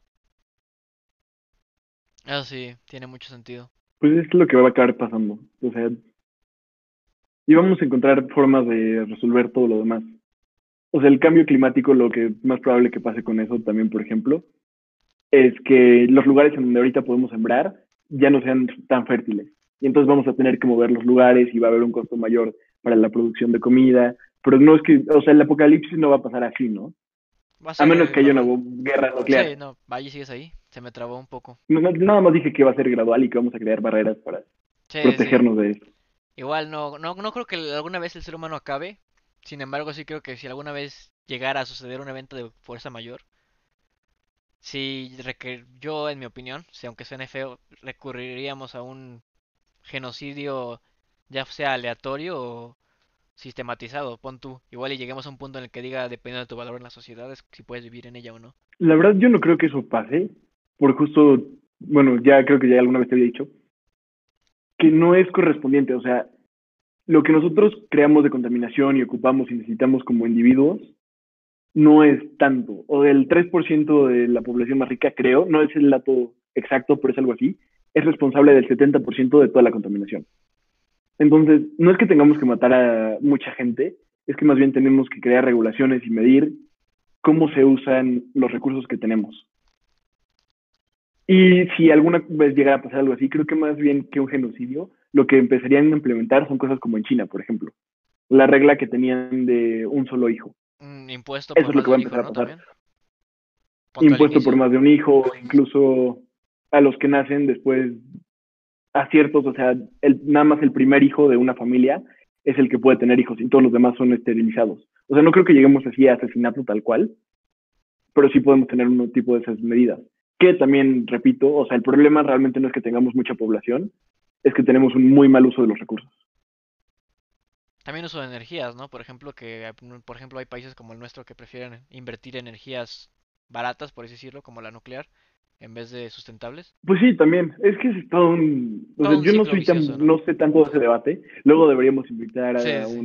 Eso sí, tiene mucho sentido. Pues es lo que va a acabar pasando. O sea, y vamos a encontrar formas de resolver todo lo demás. O sea, el cambio climático, lo que es más probable que pase con eso también, por ejemplo, es que los lugares en donde ahorita podemos sembrar ya no sean tan fértiles. Y entonces vamos a tener que mover los lugares y va a haber un costo mayor para la producción de comida. Pero no es que, o sea, el apocalipsis no va a pasar así, ¿no? Va a A ser menos que haya una gradual. guerra Sí, nuclear. no, vaya, sigues ahí. Se me trabó un poco. Nada más dije que va a ser gradual y que vamos a crear barreras para Sí, sí. protegernos de esto. Igual no creo que alguna vez el ser humano acabe. Sin embargo, sí creo que si alguna vez llegara a suceder un evento de fuerza mayor, sí yo, en mi opinión, si aunque suene feo, recurriríamos a un genocidio, ya sea aleatorio o sistematizado. Pon tú, igual y lleguemos a un punto en el que diga, dependiendo de tu valor en la sociedad, es si puedes vivir en ella o no. La verdad, yo no creo que eso pase, por justo, bueno, ya creo que ya alguna vez te había dicho, que no es correspondiente. O sea, lo que nosotros creamos de contaminación y ocupamos y necesitamos como individuos no es tanto. O del 3% de la población más rica, creo, no es el dato exacto, pero es algo así, es responsable del 70% de toda la contaminación. Entonces, no es que tengamos que matar a mucha gente, es que más bien tenemos que crear regulaciones y medir cómo se usan los recursos que tenemos. Y si alguna vez llegara a pasar algo así, creo que más bien que un genocidio, lo que empezarían a implementar son cosas como en China, por ejemplo. La regla que tenían de un solo hijo. Un impuesto Eso por es lo más que de va a un hijo, empezar a ¿no? pasar. También. Punto al Impuesto por inicio. más de un hijo, incluso a los que nacen después, a ciertos, o sea, nada más el primer hijo de una familia es el que puede tener hijos y todos los demás son esterilizados. O sea, no creo que lleguemos así a asesinato tal cual, pero sí podemos tener un tipo de esas medidas. Que también, repito, o sea, el problema realmente no es que tengamos mucha población, es que tenemos un muy mal uso de los recursos. También uso de energías, ¿no? Por ejemplo, por ejemplo, hay países como el nuestro que prefieren invertir energías baratas, por así decirlo, como la nuclear, en vez de sustentables. Pues sí, también, es que es todo un, o sea, Todo un yo no ciclo soy vicioso, tan, ¿no? no sé tanto de ese debate, luego deberíamos invitar Sí, a sí, sí.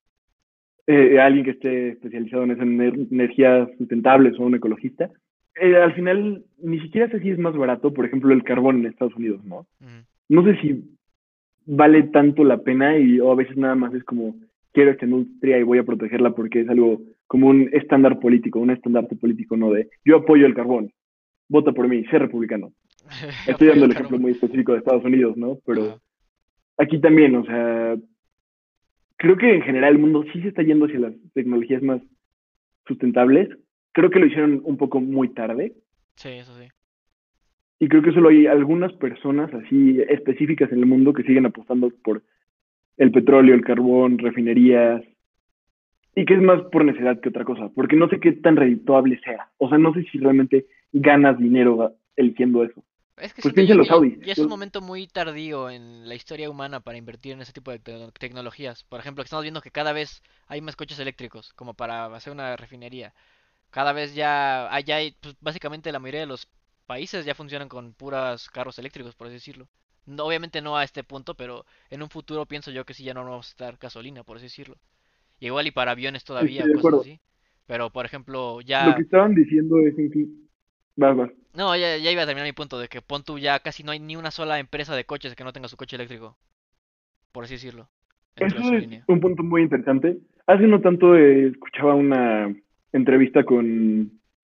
alguien que esté especializado en esas energías sustentables o un ecologista. Al final, ni siquiera sé si es más barato, por ejemplo, el carbón en Estados Unidos, ¿no? Ujú. No sé si vale tanto la pena y o a veces nada más es como, quiero esta industria y voy a protegerla porque es algo como un estándar político, un estandarte político, no de, yo apoyo el carbón, vota por mí, sé republicano. Estoy Apoyo dando el el ejemplo carbón. muy específico de Estados Unidos, ¿no? Pero Ajá. aquí también, o sea, creo que en general el mundo sí se está yendo hacia las tecnologías más sustentables. Creo que lo hicieron un poco muy tarde Sí, eso sí. y creo que solo hay algunas personas así específicas en el mundo que siguen apostando por el petróleo, el carbón, refinerías y que es más por necesidad que otra cosa, porque no sé qué tan redituable sea. O sea, no sé si realmente ganas dinero eligiendo eso. Es que Pues siento piensa yo en los que Audis. ya es un momento muy tardío en la historia humana para invertir en ese tipo de tecnologías. Por ejemplo, que estamos viendo que cada vez hay más coches eléctricos, como para hacer una refinería. Cada vez ya hay, pues, básicamente la mayoría de los países ya funcionan con puras carros eléctricos, por así decirlo. Obviamente no a este punto, pero en un futuro pienso yo que sí ya no vamos a estar gasolina, por así decirlo. Y igual y para aviones todavía Estoy o de cosas acuerdo. así. Pero por ejemplo, Lo que ya... estaban diciendo es incluso... Vas, vas. No, ya iba a terminar mi punto de que pon tú ya casi no hay ni una sola empresa de coches que no tenga su coche eléctrico, por así decirlo, dentro de Eso su es línea. un punto muy interesante. Hace no tanto escuchaba una entrevista con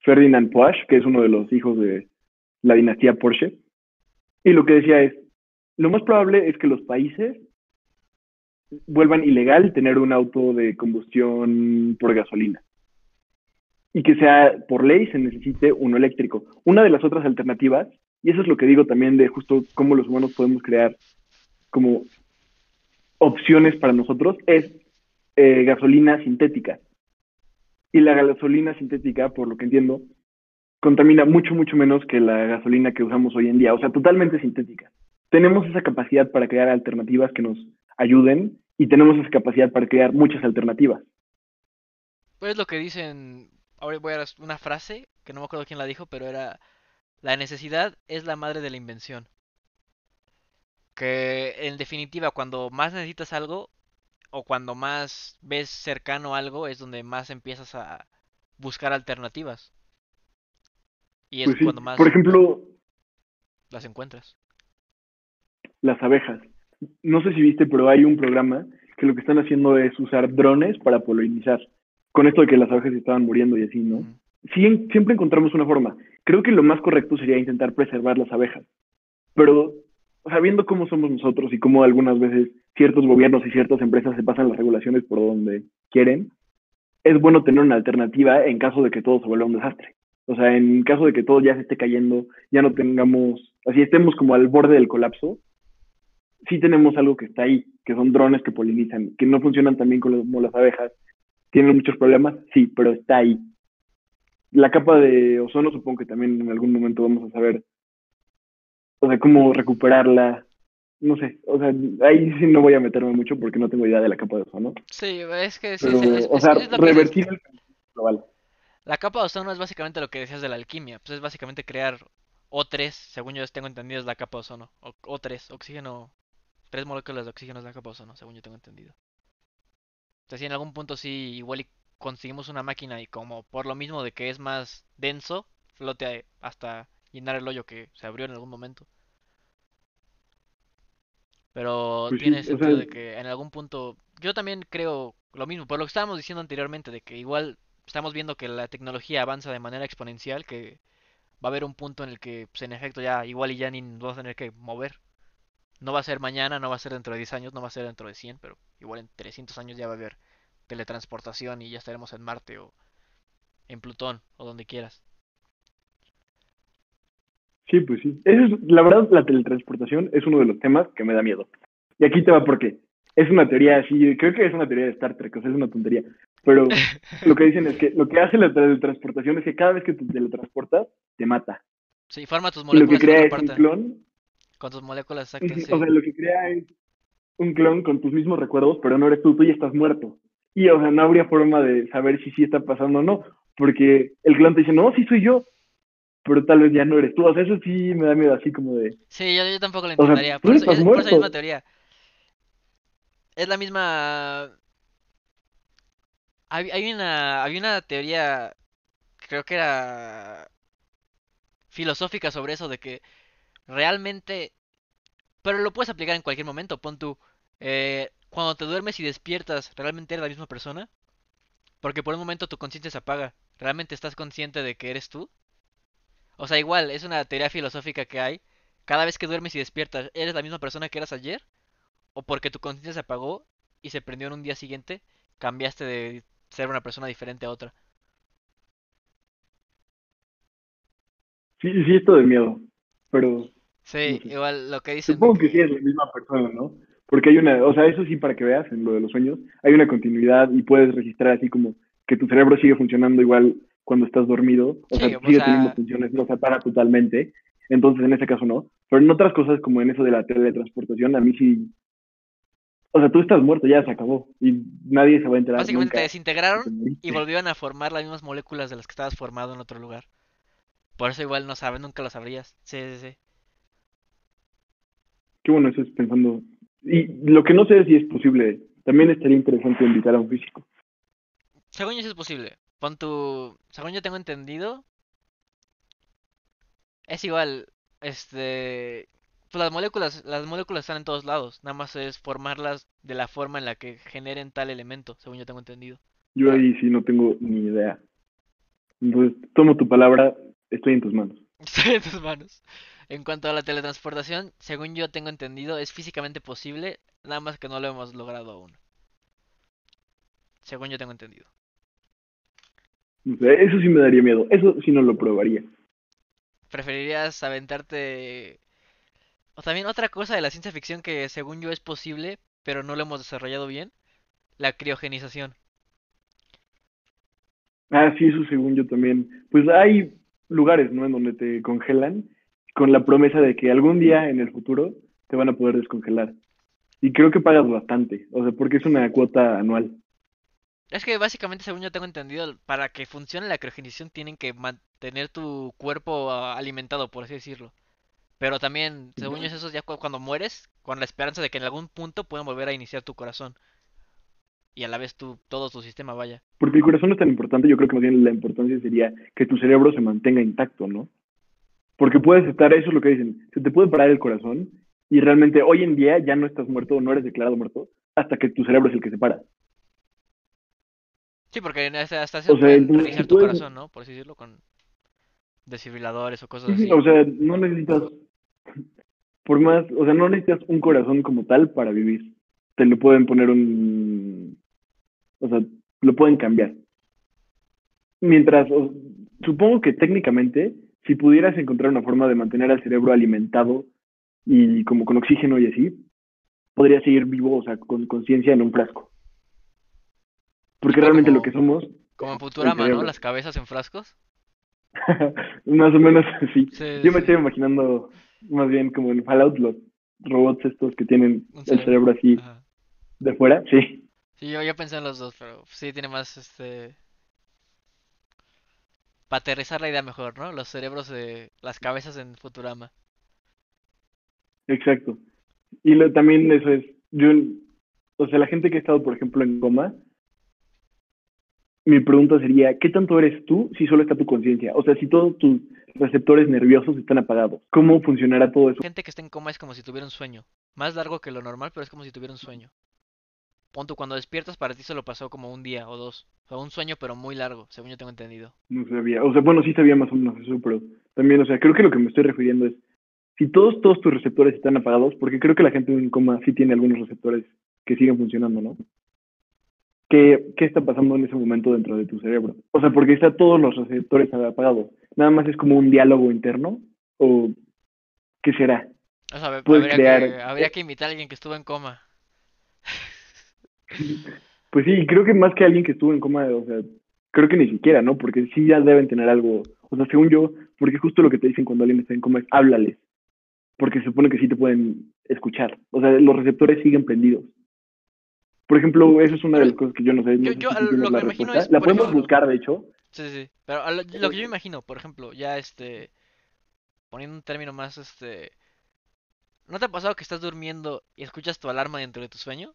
Ferdinand Porsche, que es uno de los hijos de la dinastía Porsche, y lo que decía es, lo más probable es que los países vuelvan ilegal tener un auto de combustión por gasolina y que sea por ley se necesite uno eléctrico. Una de las otras alternativas, y eso es lo que digo también de justo cómo los humanos podemos crear como opciones para nosotros, es gasolina sintética. Y la gasolina sintética, por lo que entiendo, contamina mucho, mucho menos que la gasolina que usamos hoy en día, o sea, totalmente sintética. Tenemos esa capacidad para crear alternativas que nos ayuden y tenemos esa capacidad para crear muchas alternativas. Pues lo que dicen, ahora voy a dar una frase que no me acuerdo quién la dijo, pero era, la necesidad es la madre de la invención. Que en definitiva, cuando más necesitas algo o cuando más ves cercano algo, es donde más empiezas a buscar alternativas. Y es Pues sí, cuando por más ejemplo, las encuentras. las abejas. No sé si viste, pero hay un programa que lo que están haciendo es usar drones para polinizar. Con esto de que las abejas estaban muriendo y así, ¿no? Ujú. Sí, siempre encontramos una forma. Creo que lo más correcto sería intentar preservar las abejas. Pero sabiendo cómo somos nosotros y cómo algunas veces ciertos gobiernos y ciertas empresas se pasan las regulaciones por donde quieren, es bueno tener una alternativa en caso de que todo se vuelva un desastre. O sea, en caso de que todo ya se esté cayendo, ya no tengamos, así estemos como al borde del colapso, sí tenemos algo que está ahí, que son drones que polinizan, que no funcionan tan bien como las abejas, tienen muchos problemas, sí, pero está ahí. La capa de ozono supongo que también en algún momento vamos a saber, o sea, cómo recuperarla, no sé, o sea, ahí sí no voy a meterme mucho porque no tengo idea de la capa de ozono, Sí, es que sí, pero, o sea, es lo que dices. revertir el cambio global. La capa de ozono es básicamente lo que decías de la alquimia. Pues es básicamente crear O3, según yo tengo entendido, es la capa de ozono. O3, oxígeno. Tres moléculas de oxígeno es la capa de ozono, según yo tengo entendido. O sea, si en algún punto sí, igual y conseguimos una máquina y como por lo mismo de que es más denso, flote hasta llenar el hoyo que se abrió en algún momento. Pero Pues sí, tiene o sea, sentido de que en algún punto, yo también creo lo mismo, por lo que estábamos diciendo anteriormente, de que igual estamos viendo que la tecnología avanza de manera exponencial, que va a haber un punto en el que, pues en efecto, ya igual y ya ni nos vamos a tener que mover. No va a ser mañana, no va a ser dentro de 10 años, no va a ser dentro de 100, pero igual en 300 años ya va a haber teletransportación y ya estaremos en Marte o en Plutón o donde quieras. sí, pues sí. Eso es, la verdad, la teletransportación es uno de los temas que me da miedo. Y aquí te va porque es una teoría así, creo que es una teoría de Star Trek, o sea, es una tontería. Pero lo que dicen es que lo que hace la teletransportación es que cada vez que te teletransportas, te mata. Sí, forma tus Y lo que moléculas en crea otra es un parte. clon, Con tus moléculas exactas, o sí. sea, lo que crea es un clon con tus mismos recuerdos, pero no eres tú ya estás muerto. Y, o sea, no habría forma de saber si sí está pasando o no, porque el clon te dice, no, sí soy yo, pero tal vez ya no eres tú. O sea, eso sí me da miedo, así como de, Sí, yo tampoco lo o sea, entendería. tú Por eso, estás por esa misma muerto. teoría. Es la misma. Había una teoría, creo que era filosófica sobre eso, de que realmente. Pero lo puedes aplicar en cualquier momento. Pon tú. Cuando te duermes y despiertas, ¿realmente eres la misma persona? Porque por un momento tu conciencia se apaga. ¿Realmente estás consciente de que eres tú? O sea, igual, es una teoría filosófica que hay. Cada vez que duermes y despiertas, ¿eres la misma persona que eras ayer? ¿O porque tu conciencia se apagó y se prendió en un día siguiente, cambiaste de ser una persona diferente a otra? Sí, sí, esto de miedo, pero no Sí, sé. igual lo que dicen de Supongo que sí que... es la misma persona, ¿no? Porque hay una, o sea, eso sí, para que veas en lo de los sueños, hay una continuidad y puedes registrar así como que tu cerebro sigue funcionando igual cuando estás dormido, o sea, Sí, o sigue teniendo sea, funciones, no se apaga totalmente, entonces en ese caso no. Pero en otras cosas, como en eso de la teletransportación, a mí sí, o sea, tú estás muerto, ya se acabó y nadie se va a enterar básicamente te nunca que te desintegraron y moriste. volvieron a formar las mismas moléculas de las que estabas formado en otro lugar. Por eso igual no sabes, nunca lo sabrías. Sí, sí, sí. Qué bueno, eso es pensando. Y lo que no sé es si es posible, también estaría interesante invitar a un físico. Según yo sí es posible. Pon tu... Según yo tengo entendido, es igual, pues las moléculas están en todos lados. Nada más es formarlas de la forma en la que generen tal elemento, según yo tengo entendido. Yo ahí sí no tengo ni idea. Entonces, tomo tu palabra, estoy en tus manos. Estoy en tus manos. En cuanto a la teletransportación, según yo tengo entendido, es físicamente posible, nada más que no lo hemos logrado aún. Según yo tengo entendido. O sea, eso sí me daría miedo, eso sí no lo probaría. ¿Preferirías aventarte? O también otra cosa de la ciencia ficción que según yo es posible, pero no lo hemos desarrollado bien, la criogenización. Ah, sí, eso según yo también. Pues hay lugares, ¿no? En donde te congelan con la promesa de que algún día en el futuro te van a poder descongelar. Y creo que pagas bastante, o sea, porque es una cuota anual. Es que básicamente, según yo tengo entendido, para que funcione la criogenización tienen que mantener tu cuerpo alimentado, por así decirlo. Pero también, según yo, eso es ya cuando mueres, con la esperanza de que en algún punto puedan volver a iniciar tu corazón. Y a la vez todo tu sistema vaya. Porque el corazón no es tan importante, yo creo que más bien la importancia sería que tu cerebro se mantenga intacto, ¿no? Porque puedes estar, eso es lo que dicen, se te puede parar el corazón y realmente hoy en día ya no estás muerto o no eres declarado muerto hasta que tu cerebro es el que se para. Sí, porque hasta eso O sea, pueden entonces, si reiniciar tu puedes, corazón, ¿no? Por así decirlo, con desfibriladores o cosas sí, sí, así. o sea, no necesitas, por más, o sea, no necesitas un corazón como tal para vivir. Te lo pueden poner o sea, lo pueden cambiar. Mientras, supongo que técnicamente, si pudieras encontrar una forma de mantener al cerebro alimentado y como con oxígeno y así, podría seguir vivo, o sea, con conciencia en un frasco. Porque Tipo realmente lo que somos como en es el Futurama, ¿no? cerebro. Las cabezas en frascos. Más o menos así. Sí, Yo me sí. estoy imaginando más bien como en Fallout los robots estos que tienen Un el cerebro. cerebro así Ajá. de fuera, sí, Sí, yo pensé en los dos, pero sí tiene más, para aterrizar la idea mejor, ¿no? Los cerebros de las cabezas en Futurama. exacto. Y también eso es, yo, o sea, la gente que ha estado, por ejemplo, en coma, mi pregunta sería, ¿qué tanto eres tú si solo está tu conciencia? O sea, si todos tus receptores nerviosos están apagados, ¿cómo funcionará todo eso? Gente que está en coma es como si tuviera un sueño. Más largo que lo normal, pero es como si tuviera un sueño. Pon tú, cuando despiertas para ti solo pasó como un día o dos. O sea, un sueño pero muy largo, según yo tengo entendido. No sabía, o sea, bueno, sí sabía más o menos eso, pero también, o sea, creo que lo que me estoy refiriendo es, si todos tus receptores están apagados, porque creo que la gente en coma sí tiene algunos receptores que siguen funcionando, ¿no? ¿Qué está pasando en ese momento dentro de tu cerebro? O sea, porque está todos los receptores apagados. Nada más es como un diálogo interno, o ¿qué será? O sea, Puedes crear, habría que invitar a alguien que estuvo en coma. pues sí, creo que más que alguien que estuvo en coma, o sea, creo que ni siquiera, ¿no? Porque sí ya deben tener algo, o sea, según yo, porque justo lo que te dicen cuando alguien está en coma es háblales, porque se supone que sí te pueden escuchar. O sea, los receptores siguen prendidos. Por ejemplo, eso es una de Pero las cosas que yo no sé, no sé si tú tienes lo que la me imagino respuesta. es, La por podemos ejemplo, buscar, de hecho. sí, sí, pero lo que yo me imagino, por ejemplo, ya poniendo un término más, ¿no te ha pasado que estás durmiendo y escuchas tu alarma dentro de tu sueño?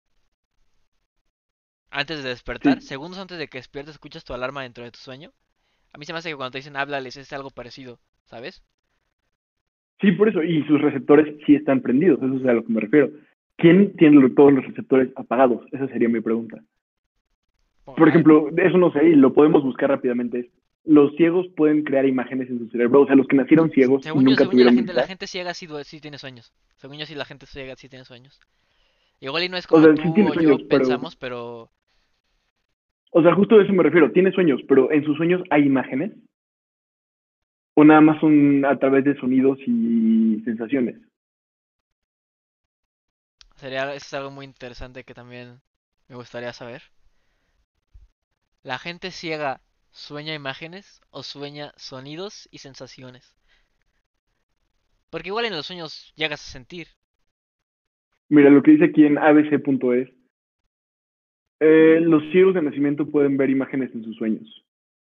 Antes de despertar, Sí, segundos antes de que despiertes, escuchas tu alarma dentro de tu sueño. A mí se me hace que cuando te dicen háblales es algo parecido, ¿sabes? sí, por eso. Y sus receptores sí están prendidos, eso es a lo que me refiero. ¿Quién tiene todos los receptores apagados? Esa sería mi pregunta. Como, Por ejemplo, eso no sé, y lo podemos buscar rápidamente. Los ciegos pueden crear imágenes en su cerebro, o sea, los que nacieron ciegos y nunca según yo tuvieron la vista. gente ciega sí tiene sueños. Según yo sí la gente ciega sí tiene sueños. Igual y no es O como sea, sí tú tiene o yo sueños, pero, pensamos, pero o sea, justo a eso me refiero. Tiene sueños, pero en sus sueños hay imágenes, o nada más son a través de sonidos y sensaciones. eso es algo muy interesante que también me gustaría saber. ¿La gente ciega sueña imágenes o sueña sonidos y sensaciones? Porque igual en los sueños llegas a sentir. Mira, lo que dice aquí en abc.es, los ciegos de nacimiento pueden ver imágenes en sus sueños.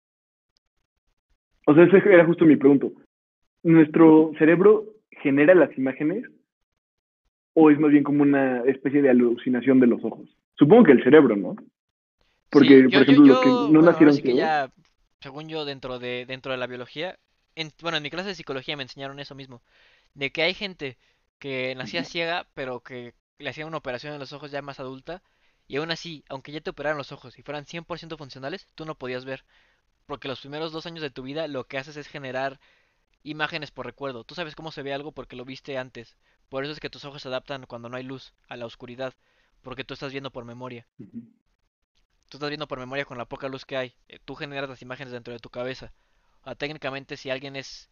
O sea, esa era justo mi pregunta. ¿Nuestro cerebro genera las imágenes o es más bien como una especie de alucinación de los ojos? Supongo que el cerebro, ¿no? Sí, Porque, por ejemplo, los que no bueno, ahora nacieron sí que ciegos, ya, según yo, dentro de la biología, bueno, en mi clase de psicología me enseñaron eso mismo, de que hay gente que nacía ciega, pero que le hacían una operación en los ojos ya más adulta, y aún así, aunque ya te operaran los ojos y fueran 100% funcionales, tú no podías ver, porque los primeros 2 años de tu vida lo que haces es generar imágenes por recuerdo. Tú sabes cómo se ve algo porque lo viste antes. Por eso es que tus ojos se adaptan cuando no hay luz, a la oscuridad, porque tú estás viendo por memoria. Ujú. Tú estás viendo por memoria con la poca luz que hay. Tú generas las imágenes dentro de tu cabeza. O sea, técnicamente si alguien es...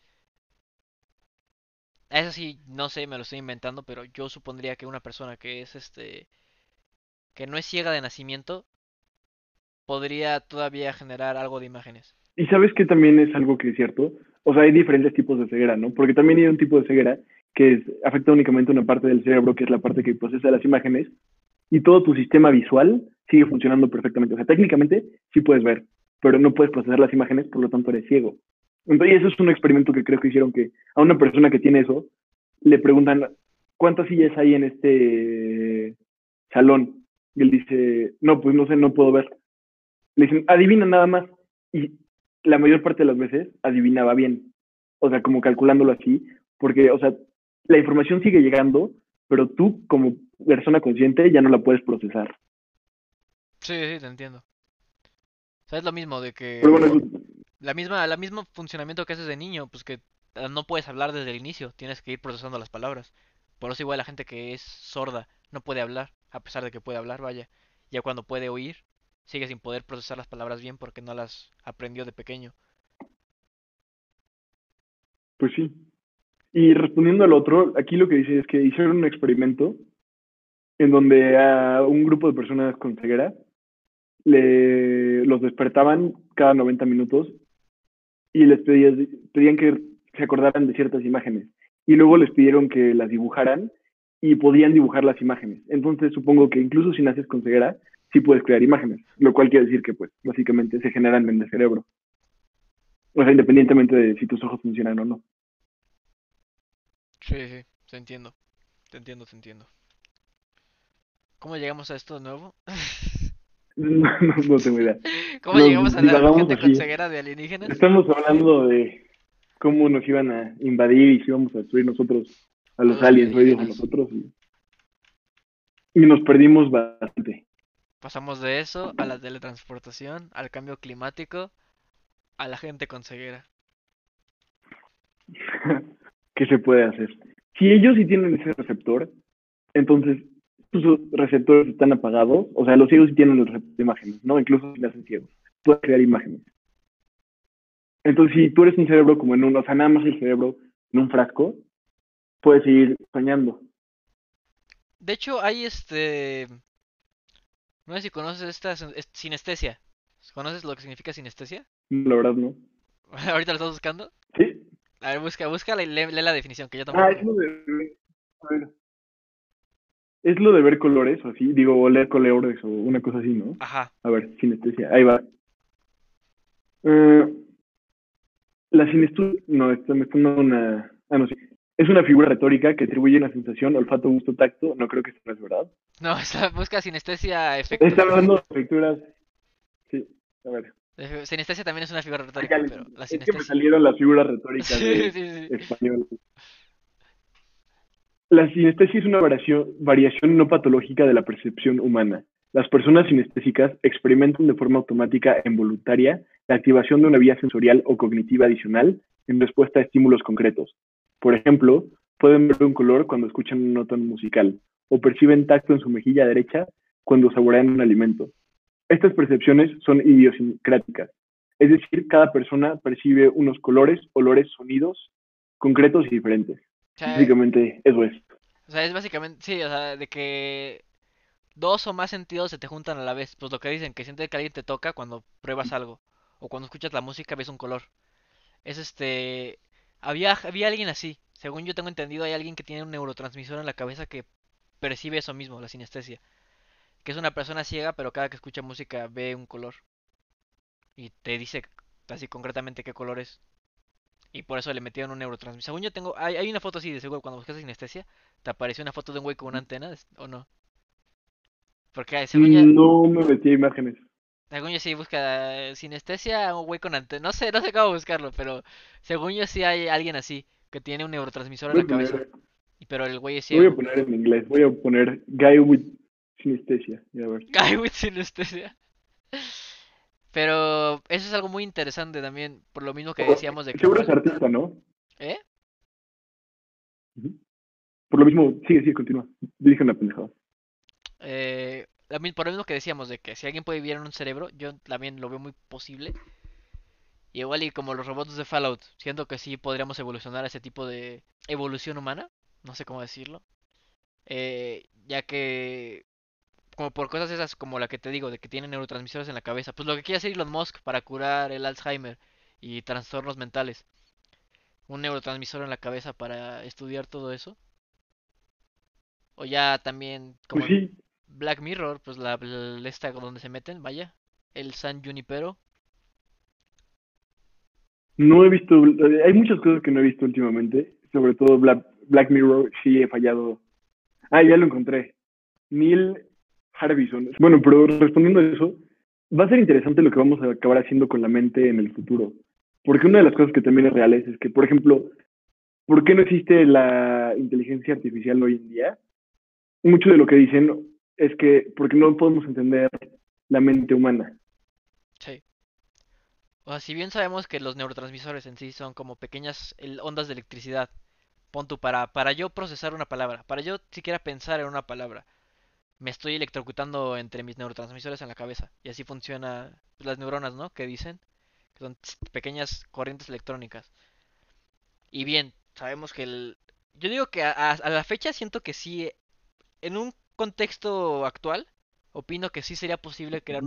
Eso sí, no sé, me lo estoy inventando, pero yo supondría que una persona que es que no es ciega de nacimiento, podría todavía generar algo de imágenes. Y sabes que también es algo que es cierto, o sea, hay diferentes tipos de ceguera, ¿no? Porque también hay un tipo de ceguera que afecta únicamente una parte del cerebro, que es la parte que procesa las imágenes, y todo tu sistema visual sigue funcionando perfectamente. O sea, técnicamente sí puedes ver, pero no puedes procesar las imágenes, por lo tanto eres ciego. Entonces, eso es un experimento que creo que hicieron que a una persona que tiene eso le preguntan cuántas sillas hay en este salón. Y él dice, no, pues no sé, no puedo ver. Le dicen, adivina nada más. Y la mayor parte de las veces adivinaba bien. O sea, como calculándolo así, porque, o sea, la información sigue llegando, pero tú como persona consciente ya no la puedes procesar. Sí, sí, te entiendo. O sea, es lo mismo de Pero que bueno, la mismo funcionamiento que haces de niño, pues que no puedes hablar desde el inicio, tienes que ir procesando las palabras. Por eso igual la gente que es sorda no puede hablar, a pesar de que puede hablar, vaya. Ya cuando puede oír, sigue sin poder procesar las palabras bien porque no las aprendió de pequeño. pues sí. Y respondiendo al otro, aquí lo que dice es que hicieron un experimento en donde a un grupo de personas con ceguera los despertaban cada 90 minutos y pedían que se acordaran de ciertas imágenes. Y luego les pidieron que las dibujaran y podían dibujar las imágenes. Entonces supongo que incluso si naces con ceguera, sí puedes crear imágenes, lo cual quiere decir que pues básicamente se generan en el cerebro. O sea, independientemente de si tus ojos funcionan o no. Sí, sí, te entiendo, te entiendo, te entiendo. ¿Cómo llegamos a esto de nuevo? No tengo idea. ¿Cómo llegamos Nos a la divagamos gente con así. ceguera de alienígenas? Estamos hablando de cómo nos iban a invadir y si íbamos a destruir nosotros a A los los aliens o ellos a alienígenas. nosotros. Y nos perdimos bastante. Pasamos de eso a la teletransportación, al cambio climático, a la gente con ceguera. ¿Qué se puede hacer? Si ellos sí tienen ese receptor, entonces sus receptores están apagados, o sea, los ciegos sí tienen el receptor de imágenes, ¿no? Incluso si nacen ciegos, pueden crear imágenes. Entonces, si tú eres un cerebro como en o sea, nada más el cerebro en un frasco, puedes seguir soñando. De hecho, hay no sé si conoces esta sinestesia. ¿Conoces lo que significa sinestesia? La verdad, no. Ahorita lo estás buscando. ¿Sí? A ver, busca y lee la definición, que yo Ah, es tampoco. lo de... A ver, es lo de ver colores, o así, digo, oler colores o una cosa así, ¿no? Ajá. A ver, sinestesia, ahí va. Uh, la sinestesia, no, esto me está dando una... Ah, no, sí. Es una figura retórica que atribuye una sensación, olfato, gusto, tacto. No creo que esto no es verdad. No, busca sinestesia Está efectos. hablando de lecturas. Sí, a ver. Sinestesia también es una figura Acá retórica, pero la es que me sinestesia. salieron las figuras retóricas Sí, de sí, sí. español. La sinestesia es una variación no patológica de la percepción humana. Las personas sinestésicas experimentan de forma automática e involuntaria la activación de una vía sensorial o cognitiva adicional en respuesta a estímulos concretos. Por ejemplo, pueden ver un color cuando escuchan una nota musical o perciben tacto en su mejilla derecha cuando saborean un alimento. Estas percepciones son idiosincráticas, es decir, cada persona percibe unos colores, olores, sonidos concretos y diferentes. O sea, Básicamente eso es. es básicamente, sí, o sea, de que dos o más sentidos se te juntan a la vez. Pues lo que dicen, que sientes que alguien te toca cuando pruebas algo. O cuando escuchas la música ves un color. Es había alguien así. Según yo tengo entendido, hay alguien que tiene un neurotransmisor en la cabeza que percibe eso mismo, la sinestesia. Que es una persona ciega, pero cada que escucha música ve un color. Y te dice así concretamente qué color es. Y por eso le metieron un neurotransmisor. Según yo tengo, hay una foto así de seguro cuando buscas sinestesia, te apareció una foto de un güey con una antena, ¿o no? Porque No me metí a imágenes. según yo sí busca sinestesia un güey con antena. No sé cómo buscarlo, pero según yo sí hay alguien así, que tiene un neurotransmisor en Voy la a cabeza. poner, Pero el güey es lo voy a ciego. poner en inglés. Voy a poner guy with sinestesia. Y a ver. Guy with sinestesia. Pero eso es algo muy interesante también, por lo mismo que decíamos de que Seguro es artista, ¿no? ¿Eh? Ujú. Por lo mismo, sigue, continúa. Dije una pendejada. Por lo mismo que decíamos de que si alguien puede vivir en un cerebro, yo también lo veo muy posible. Y igual y como los robots de Fallout, siento que sí podríamos evolucionar a ese tipo de evolución humana, no sé cómo decirlo. Ya que, como por cosas esas como la que te digo, de que tienen neurotransmisores en la cabeza, pues lo que quiere hacer Elon Musk para curar el Alzheimer y trastornos mentales, un neurotransmisor en la cabeza para estudiar todo eso. O ya también, como Pues en sí, Black Mirror, pues esta donde se meten, vaya, el San Junipero. no he visto, hay muchas cosas que no he visto últimamente, sobre todo Black Mirror, sí he fallado. Ah, ya lo encontré. Neil Harbison. Bueno, pero respondiendo a eso, va a ser interesante lo que vamos a acabar haciendo con la mente en el futuro. Porque una de las cosas que también es real es que, por ejemplo, ¿por qué no existe la inteligencia artificial hoy en día? Mucho de lo que dicen es que porque no podemos entender la mente humana. Sí. O sea, si bien sabemos que los neurotransmisores en sí son como pequeñas ondas de electricidad, pon tú para yo procesar una palabra, para yo siquiera pensar en una palabra, me estoy electrocutando entre mis neurotransmisores en la cabeza. Y así funciona pues, las neuronas, ¿no? Que dicen que son pequeñas corrientes electrónicas. Y bien, sabemos que yo digo que a la fecha siento que sí, en un contexto actual, opino que sí sería posible crear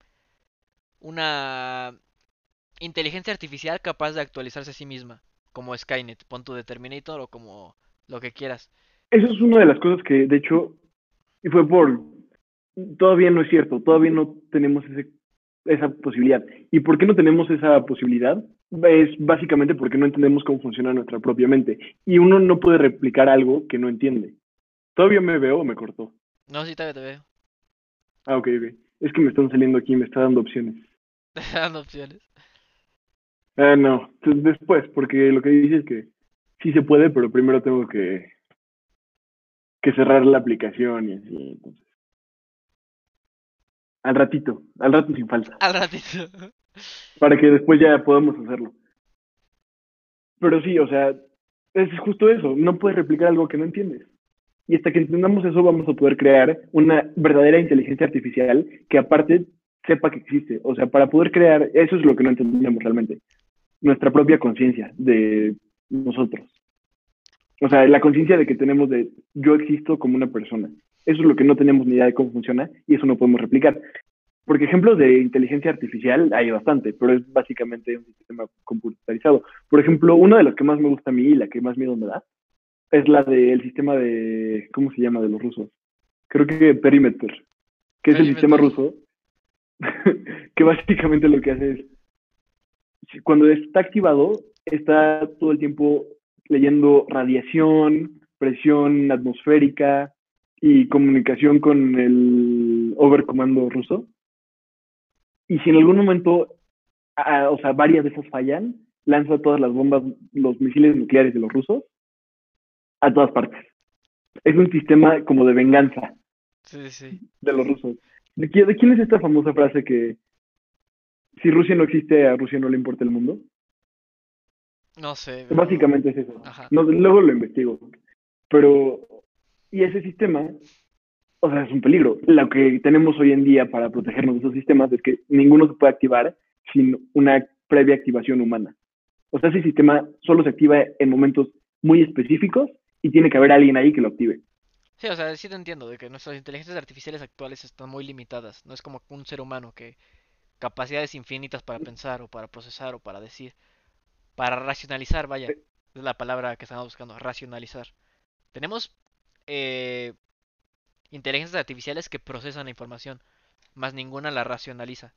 una inteligencia artificial capaz de actualizarse a sí misma, como Skynet, pon tu Determinator o como lo que quieras. Eso es una de las cosas que, de hecho, y fue por, todavía no es cierto, todavía no tenemos esa posibilidad. ¿Y por qué no tenemos esa posibilidad? Es básicamente porque no entendemos cómo funciona nuestra propia mente. Y uno no puede replicar algo que no entiende. ¿Todavía me veo o me cortó? No, sí, todavía te veo. Ah, ok. Es que me están saliendo aquí, me está dando opciones. Te dando opciones. Ah, no, después, porque lo que dice es que sí se puede, pero primero tengo que cerrar la aplicación y así. Entonces, al rato sin falta, Al ratito. para que después ya podamos hacerlo. Pero sí, o sea, es justo eso, no puedes replicar algo que no entiendes. Y hasta que entendamos eso, vamos a poder crear una verdadera inteligencia artificial que aparte sepa que existe. O sea, para poder crear, eso es lo que no entendemos realmente, nuestra propia conciencia de nosotros. O sea, la conciencia de que tenemos de yo existo como una persona. Eso es lo que no tenemos ni idea de cómo funciona y eso no podemos replicar. Porque ejemplos de inteligencia artificial hay bastante, pero es básicamente un sistema computarizado. Por ejemplo, una de las que más me gusta a mí y la que más miedo me da es la del sistema de, ¿cómo se llama? De los rusos. Creo que Perimeter, que es el sistema Perimeter. ruso, que básicamente lo que hace es, cuando está activado, está todo el tiempo leyendo radiación, presión atmosférica y comunicación con el overcomando ruso. Y si en algún momento, o sea, varias de esas fallan, lanza todas las bombas, los misiles nucleares de los rusos a todas partes. Es un sistema como de venganza Sí, sí. de los rusos. De quién es esta famosa frase que si Rusia no existe, a Rusia no le importa el mundo? No sé, pero... Básicamente es eso. Ajá. No, luego lo investigo. Pero, y ese sistema, o sea, es un peligro. Lo que tenemos hoy en día para protegernos de esos sistemas es que ninguno se puede activar sin una previa activación humana. O sea, ese sistema solo se activa en momentos muy específicos y tiene que haber alguien ahí que lo active. Sí, o sea, sí te entiendo de que nuestras inteligencias artificiales actuales están muy limitadas. No es como un ser humano que capacidades infinitas para pensar o para procesar o para decir, para racionalizar, vaya. Es la palabra que estamos buscando, racionalizar. Tenemos eh, inteligencias artificiales que procesan la información, más ninguna la racionaliza.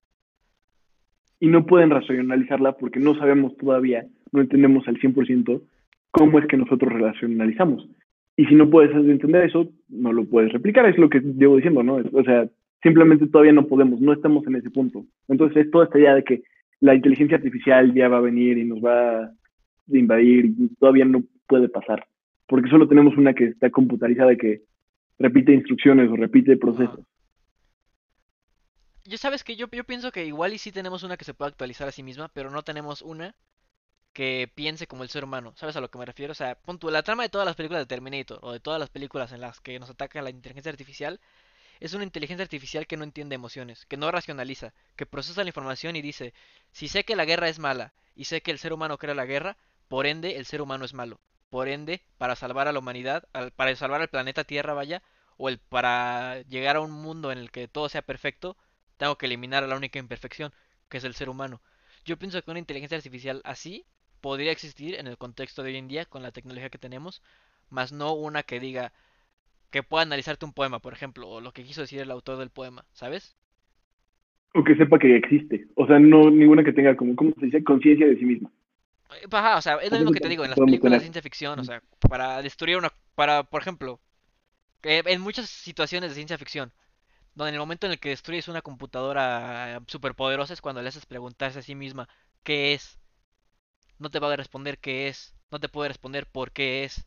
Y no pueden racionalizarla porque no sabemos todavía, no entendemos al 100% cómo es que nosotros racionalizamos. Y si no puedes entender eso, no lo puedes replicar, es lo que llevo diciendo, ¿no? O sea, simplemente todavía no podemos, no estamos en ese punto. Entonces es toda esta idea de que la inteligencia artificial ya va a venir y nos va a invadir y todavía no puede pasar, porque solo tenemos una que está computarizada y que repite instrucciones o repite Ajá. procesos. yo sabes que yo pienso que igual y sí tenemos una que se puede actualizar a sí misma, pero no tenemos una que piense como el ser humano. ¿Sabes a lo que me refiero? O sea, pon tú, la trama de todas las películas de Terminator o de todas las películas en las que nos ataca la inteligencia artificial es una inteligencia artificial que no entiende emociones, que no racionaliza, que procesa la información y dice, si sé que la guerra es mala y sé que el ser humano crea la guerra, por ende el ser humano es malo. Por ende, para salvar a la humanidad, para salvar al planeta Tierra, vaya, para llegar a un mundo en el que todo sea perfecto, tengo que eliminar a la única imperfección, que es el ser humano. Yo pienso que una inteligencia artificial así podría existir en el contexto de hoy en día con la tecnología que tenemos, más no una que diga, que pueda analizarte un poema, por ejemplo, o lo que quiso decir el autor del poema, ¿sabes? O que sepa que existe. O sea, no ninguna que tenga como, ¿cómo se dice? Conciencia de sí misma. Ajá, o sea, es lo Porque mismo eso que te también digo, en las podemos películas de tener. ciencia ficción, o sea, para destruir por ejemplo, que en muchas situaciones de ciencia ficción, donde en el momento en el que destruyes una computadora superpoderosa es cuando le haces preguntarse a sí misma qué es, no te va a responder qué es, no te puede responder por qué es.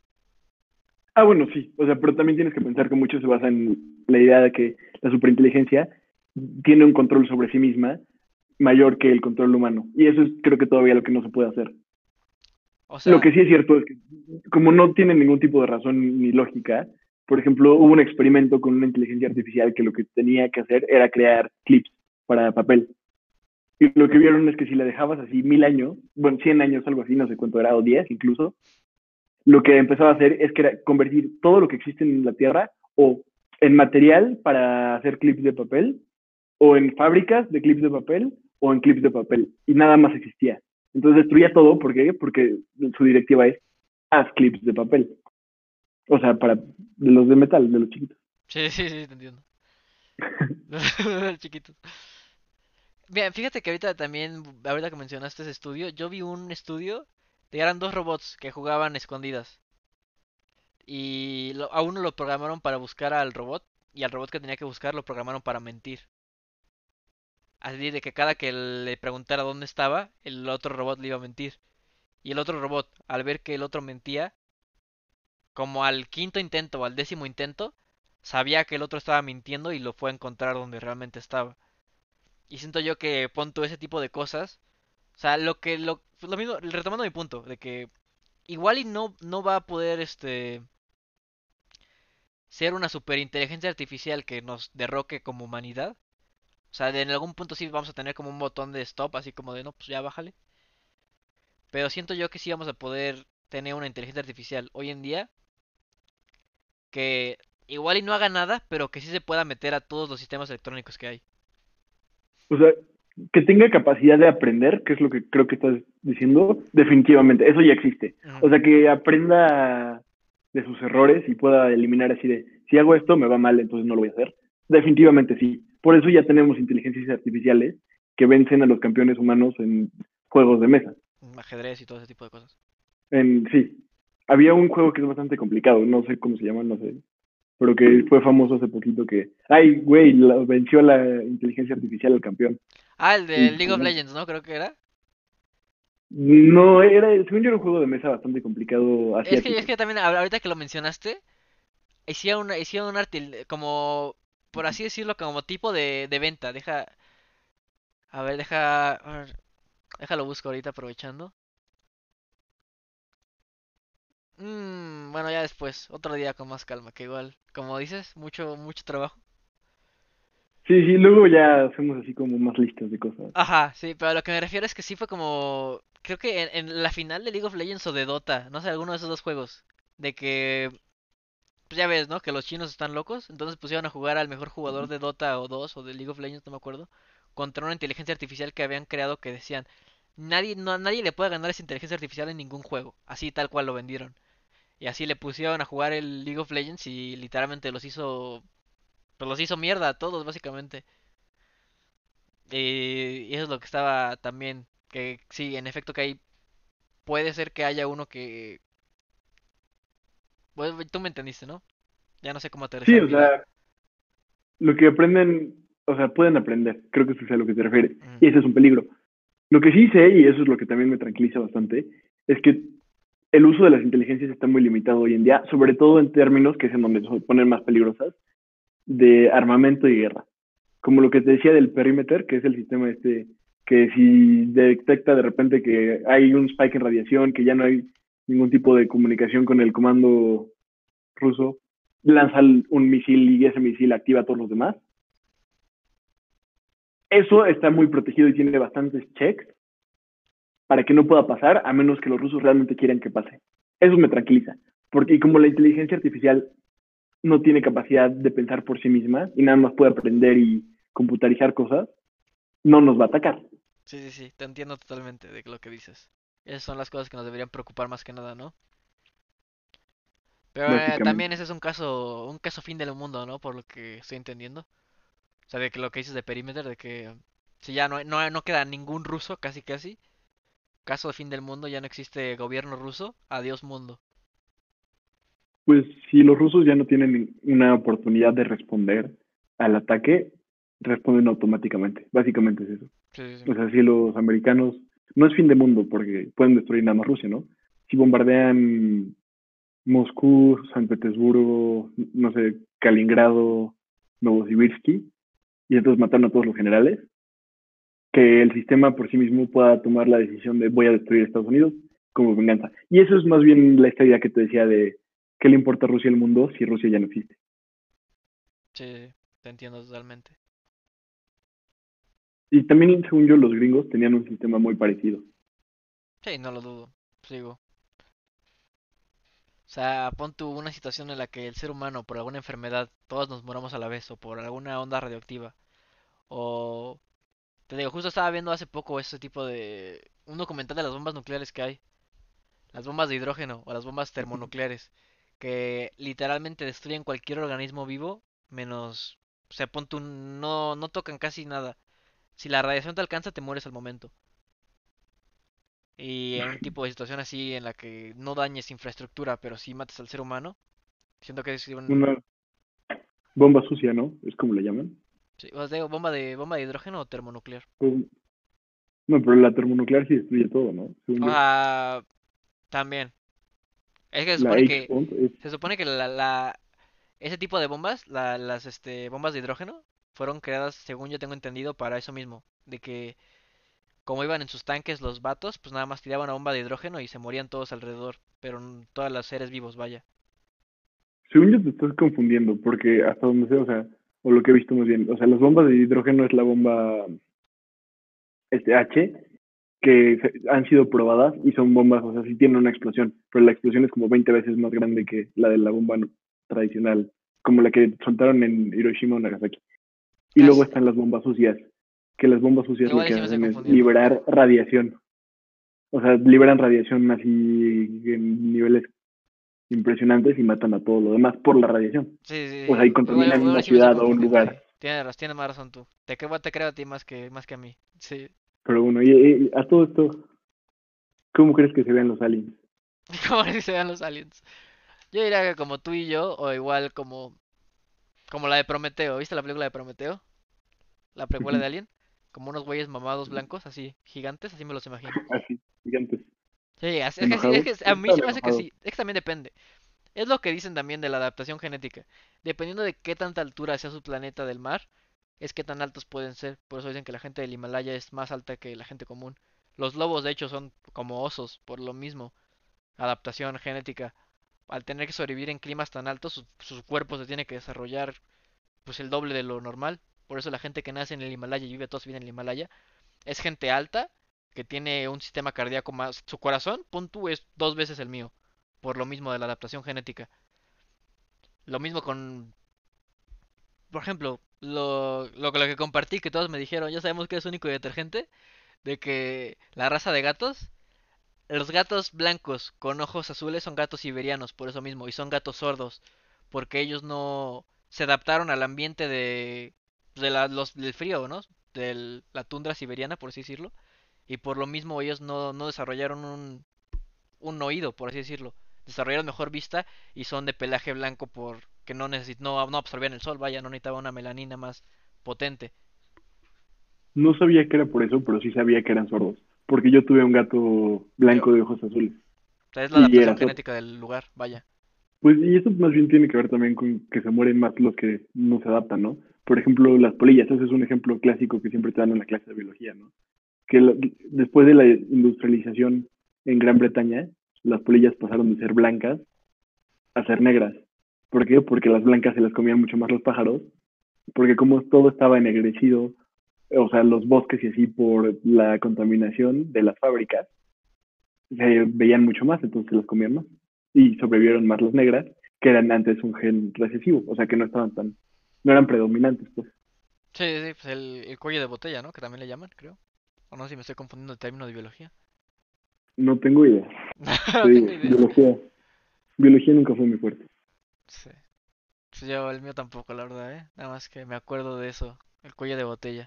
Ah, bueno, sí. O sea, pero también tienes que pensar que mucho se basa en la idea de que la superinteligencia tiene un control sobre sí misma mayor que el control humano. Y eso es creo que todavía lo que no se puede hacer. O Lo sea, que sí es cierto es que como no tiene ningún tipo de razón ni lógica, por ejemplo, hubo un experimento con una inteligencia artificial que lo que tenía que hacer era crear clips para papel. Y lo que vieron es que si la dejabas así 1000 años, bueno, 100 años, algo así, no sé cuánto era, o 10 incluso, lo que empezaba a hacer es que era convertir todo lo que existe en la Tierra o en material para hacer clips de papel, o en fábricas de clips de papel, o en clips de papel. Y nada más existía. Entonces destruía todo, ¿por qué? Porque su directiva es haz clips de papel. O sea, para de los de metal, de los chiquitos. sí, sí, sí, te entiendo. Chiquitos. Bien, fíjate que ahorita también, ahorita que mencionaste ese estudio, yo vi un estudio de eran dos robots que jugaban escondidas. Y a uno lo programaron para buscar al robot y al robot que tenía que buscar lo programaron para mentir. Así de que cada que le preguntara dónde estaba, el otro robot le iba a mentir. Y el otro robot, al ver que el otro mentía, como al quinto intento o al décimo intento, sabía que el otro estaba mintiendo y lo fue a encontrar donde realmente estaba. Y siento yo que pon tú ese tipo de cosas. O sea, lo mismo, retomando mi punto, de que igual y no va a poder ser una superinteligencia artificial que nos derroque como humanidad. O sea, en algún punto sí vamos a tener como un botón de stop, así como de no, pues ya bájale. Pero siento yo que sí vamos a poder tener una inteligencia artificial hoy en día que igual y no haga nada, pero que sí se pueda meter a todos los sistemas electrónicos que hay. O sea, que tenga capacidad de aprender, que es lo que creo que estás diciendo, definitivamente, eso ya existe. Ujú. O sea, que aprenda de sus errores y pueda eliminar así de, si hago esto me va mal, entonces no lo voy a hacer. Definitivamente sí. Por eso ya tenemos inteligencias artificiales que vencen a los campeones humanos en juegos de mesa. Ajedrez y todo ese tipo de cosas. Sí, había un juego que es bastante complicado, no sé cómo se llama, no sé, pero que fue famoso hace poquito que, ay, güey, venció la inteligencia artificial al campeón. Ah, el de Y League pues of no, Legends, ¿no? Creo que era. no era, según yo era un juego de mesa bastante complicado Es asiático. que también ahorita que lo mencionaste, hicieron un arte como, por así decirlo, como tipo de venta. A ver, déjalo busco ahorita aprovechando. Bueno, ya después, otro día con más calma, que igual, como dices, mucho trabajo. Sí, sí, luego ya hacemos así como más listas de cosas. Ajá, sí, pero a lo que me refiero es que sí fue como, creo que en la final de League of Legends o de Dota, no sé, alguno de esos dos juegos, de que, pues ya ves, ¿no? Que los chinos están locos, entonces pusieron a jugar al mejor jugador de Dota o 2 o de League of Legends, no me acuerdo, contra una inteligencia artificial que habían creado que decían, nadie le puede ganar a esa inteligencia artificial en ningún juego, así tal cual lo vendieron. Y así le pusieron a jugar el League of Legends y literalmente pues los hizo mierda a todos, básicamente. Y eso es lo que estaba también, que sí, en efecto que hay, puede ser que haya uno que, pues, tú me entendiste, ¿no? Ya no sé cómo Sí, aterrizar o mi idea. sea, lo que aprenden, o sea, pueden aprender, creo que eso es a lo que te refieres, Ujú. y ese es un peligro. Lo que sí sé, y eso es lo que también me tranquiliza bastante, es que el uso de las inteligencias está muy limitado hoy en día, sobre todo en términos que es en donde se ponen más peligrosas, de armamento y guerra. como lo que te decía del perímetro, que es el sistema este, que si detecta de repente que hay un spike en radiación, que ya no hay ningún tipo de comunicación con el comando ruso, lanza un misil y ese misil activa a todos los demás. Eso está muy protegido y tiene bastantes checks para que no pueda pasar, a menos que los rusos realmente quieran que pase. Eso me tranquiliza, porque como la inteligencia artificial no tiene capacidad de pensar por sí misma y nada más puede aprender y computarizar cosas, no nos va a atacar, Sí, sí, sí, te entiendo totalmente de lo que dices. Esas son las cosas que nos deberían preocupar más que nada, ¿no? Pero también básicamente. ese es un caso fin del mundo, ¿no? Por lo que estoy entendiendo. O sea, de que lo que dices de perímetro, de que si ya no queda ningún ruso, casi casi, caso de fin del mundo, ya no existe gobierno ruso, adiós mundo. Pues si los rusos ya no tienen una oportunidad de responder al ataque, responden automáticamente. Básicamente es eso. Sí, sí, sí. O sea, si los americanos, no es fin de mundo porque pueden destruir nada más Rusia, ¿no? Si bombardean Moscú, San Petersburgo, no sé, Kaliningrado, Novosibirsk, y entonces mataron a todos los generales, que el sistema por sí mismo pueda tomar la decisión de voy a destruir Estados Unidos como venganza. Y eso es más bien esta idea que te decía de qué le importa a Rusia al mundo si Rusia ya no existe. Sí, sí, sí, te entiendo totalmente. Y también, según yo, los gringos tenían un sistema muy parecido. Sí, no lo dudo. Sigo. O sea, pon tú una situación en la que el ser humano, por alguna enfermedad, todos nos moramos a la vez, o por alguna onda radioactiva, o... Te digo, justo estaba viendo hace poco ese tipo de... un documental de las bombas nucleares que hay, las bombas de hidrógeno, o las bombas termonucleares, que literalmente destruyen cualquier organismo vivo, menos... O sea, pon tú, no tocan casi nada. Si la radiación te alcanza, te mueres al momento. Y en un tipo de situación así en la que no dañes infraestructura, pero sí mates al ser humano, siento que es un... Una bomba sucia, ¿no? Es como le llaman. Sí, os digo, bomba de hidrógeno o termonuclear. Pues, no, pero la termonuclear sí destruye todo, ¿no? Según O yo. sea, también. Es que La H-bomb es... se supone que ese tipo de bombas, las bombas de hidrógeno, fueron creadas, según yo tengo entendido, para eso mismo, de que como iban en sus tanques los vatos, pues nada más tiraban una bomba de hidrógeno y se morían todos alrededor, pero todos los seres vivos, vaya. Según yo te estás confundiendo, porque hasta donde sé, o sea, o lo que he visto muy bien, o sea, las bombas de hidrógeno es la bomba H, que han sido probadas y son bombas, o sea, sí tienen una explosión, pero la explosión es como 20 veces más grande que la de la bomba tradicional, como la que soltaron en Hiroshima o Nagasaki. Y luego Casi, están las bombas sucias, que las bombas sucias lo igual y que sí me estoy hacen es confundiendo. liberar radiación. O sea, liberan radiación así en niveles impresionantes y matan a todo lo demás por la radiación. Sí, sí, O sea, y sí. Contaminan Igual una y sí me estoy ciudad o un confundiendo. lugar. Tienes más razón tú. Te creo a ti más que a mí. Sí. Pero bueno, y a todo esto, ¿cómo crees que se vean los aliens? ¿Cómo que se vean los aliens? Yo diría que como tú y yo, o igual como la de Prometeo. ¿Viste la película de Prometeo? La precuela de Alien. Como unos güeyes mamados blancos, así, gigantes, así me los imagino. Así, gigantes, Sí, enojados. es que a Pues mí se están me hace que enojados. sí. Es que también depende. Es lo que dicen también de la adaptación genética. Dependiendo de qué tanta altura sea su planeta del mar, es qué tan altos pueden ser. Por eso dicen que la gente del Himalaya es más alta que la gente común. Los lobos, de hecho, son como osos, por lo mismo. Adaptación genética. Al tener que sobrevivir en climas tan altos, su cuerpo se tiene que desarrollar pues el doble de lo normal. Por eso la gente que nace en el Himalaya y vive toda su vida en el Himalaya es gente alta que tiene un sistema cardíaco más... Su corazón, pon tú, es dos veces el mío. Por lo mismo de la adaptación genética. Lo mismo con, por ejemplo, lo que compartí, que todos me dijeron, ya sabemos que es único y detergente, de que la raza de gatos, los gatos blancos con ojos azules son gatos siberianos, por eso mismo, y son gatos sordos, porque ellos no se adaptaron al ambiente del frío, ¿no? De la tundra siberiana, por así decirlo, y por lo mismo ellos no desarrollaron un oído, por así decirlo. Desarrollaron mejor vista y son de pelaje blanco porque no absorbían el sol, vaya, no necesitaban una melanina más potente. No sabía que era por eso, pero sí sabía que eran sordos. Porque yo tuve un gato Yo, blanco de ojos azules o sea, es la y adaptación era sordo. genética del lugar, vaya. Pues, y eso más bien tiene que ver también con que se mueren más los que no se adaptan, ¿no? Por ejemplo, las polillas, ese es un ejemplo clásico que siempre te dan en la clase de biología, ¿no? Que después de la industrialización en Gran Bretaña, las polillas pasaron de ser blancas a ser negras. ¿Por qué? Porque las blancas se las comían mucho más los pájaros, porque como todo estaba ennegrecido, o sea, los bosques y así por la contaminación de las fábricas, se veían mucho más, entonces las comían más. Y sobrevivieron más las negras, que eran antes un gen recesivo, o sea, que no estaban tan, no eran predominantes, pues. Sí, sí, pues el cuello de botella, ¿no? Que también le llaman, creo. O no sé si me estoy confundiendo el término de biología. No tengo idea, te No digo, tengo idea. biología nunca fue muy fuerte, Sí. Pues yo el mío tampoco, la verdad, ¿eh? Nada más que me acuerdo de eso, el cuello de botella.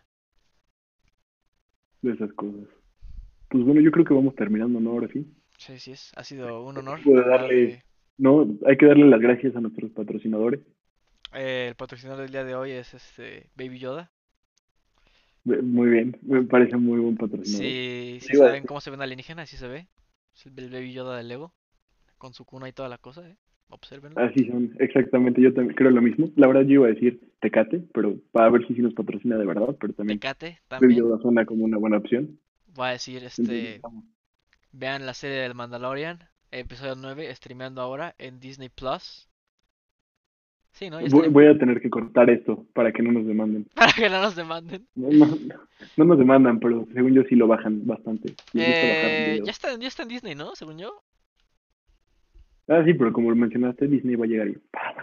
de esas cosas. Pues bueno, yo creo que vamos terminando, ¿no? Ahora sí. Sí, sí es. Ha sido un honor Puede hablar darle, de... no, hay que darle las gracias a nuestros patrocinadores. el patrocinador del día de hoy es este Baby Yoda. Muy bien, me parece muy buen patrocinador. Si Iba a saben decir, cómo se ve un alienígena, así se ve. Es el Baby Yoda de Lego, con su cuna y toda la cosa, ¿eh? Obsérvenlo. así son, exactamente, yo también creo lo mismo. La verdad yo iba a decir Tecate, pero para ver si sí nos patrocina de verdad, pero también Tecate Baby también. Yoda suena como una buena opción. Va a decir, Entonces, estamos. vean la serie del Mandalorian, episodio 9 streameando ahora en Disney Plus. Sí, ¿no? Ya está Voy a tener que cortar esto para que no nos demanden. para que no nos demanden. No nos demandan, pero según yo sí lo bajan bastante. Les gusta bajar videos. Ya está en Disney, ¿no? Según yo. Ah, sí, pero como lo mencionaste, Disney va a llegar y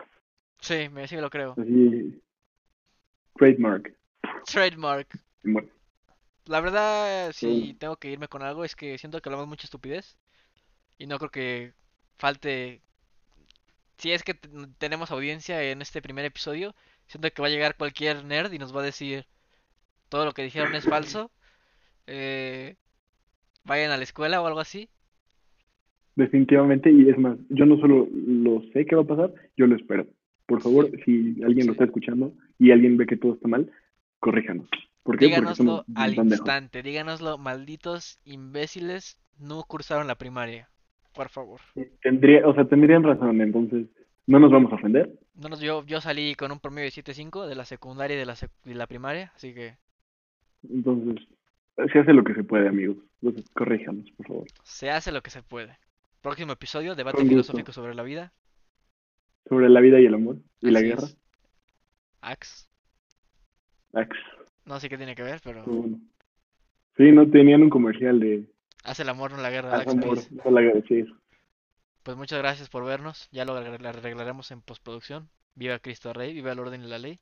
Sí me lo creo. así, trademark. Trademark. Bueno, La verdad, pero bueno, si tengo que irme con algo, es que siento que hablamos mucha estupidez. Y no creo que falte. Si es que tenemos audiencia en este primer episodio, siento que va a llegar cualquier nerd y nos va a decir todo lo que dijeron es falso. Eh, vayan a la escuela o algo así. definitivamente, y es más, yo no solo lo sé que va a pasar, yo lo espero. Por favor, Sí, si alguien lo sí. está escuchando y alguien ve que todo está mal, corríjanos. ¿Por qué? Porque somos Díganoslo al bien pendejos. instante. Díganoslo, malditos imbéciles. No cursaron la primaria. Por favor. O sea, tendrían razón, entonces no nos vamos a ofender. No nos, yo salí con un promedio de 7.5 de la secundaria y de la primaria, así que Entonces, se hace lo que se puede, amigos. Entonces, corríjanos, por favor. se hace lo que se puede. Próximo episodio, debate Con gusto. filosófico sobre la vida. Sobre la vida y el amor y la Así guerra. es. Axe. Ax. No sé qué tiene que ver, pero Pero bueno. Sí, no tenían un comercial de hace el amor, no la guerra, haz Dax me amor, dice. no la guerra, sí. Pues muchas gracias por vernos. Ya lo arreglaremos en postproducción. Viva Cristo Rey, viva el orden y la ley.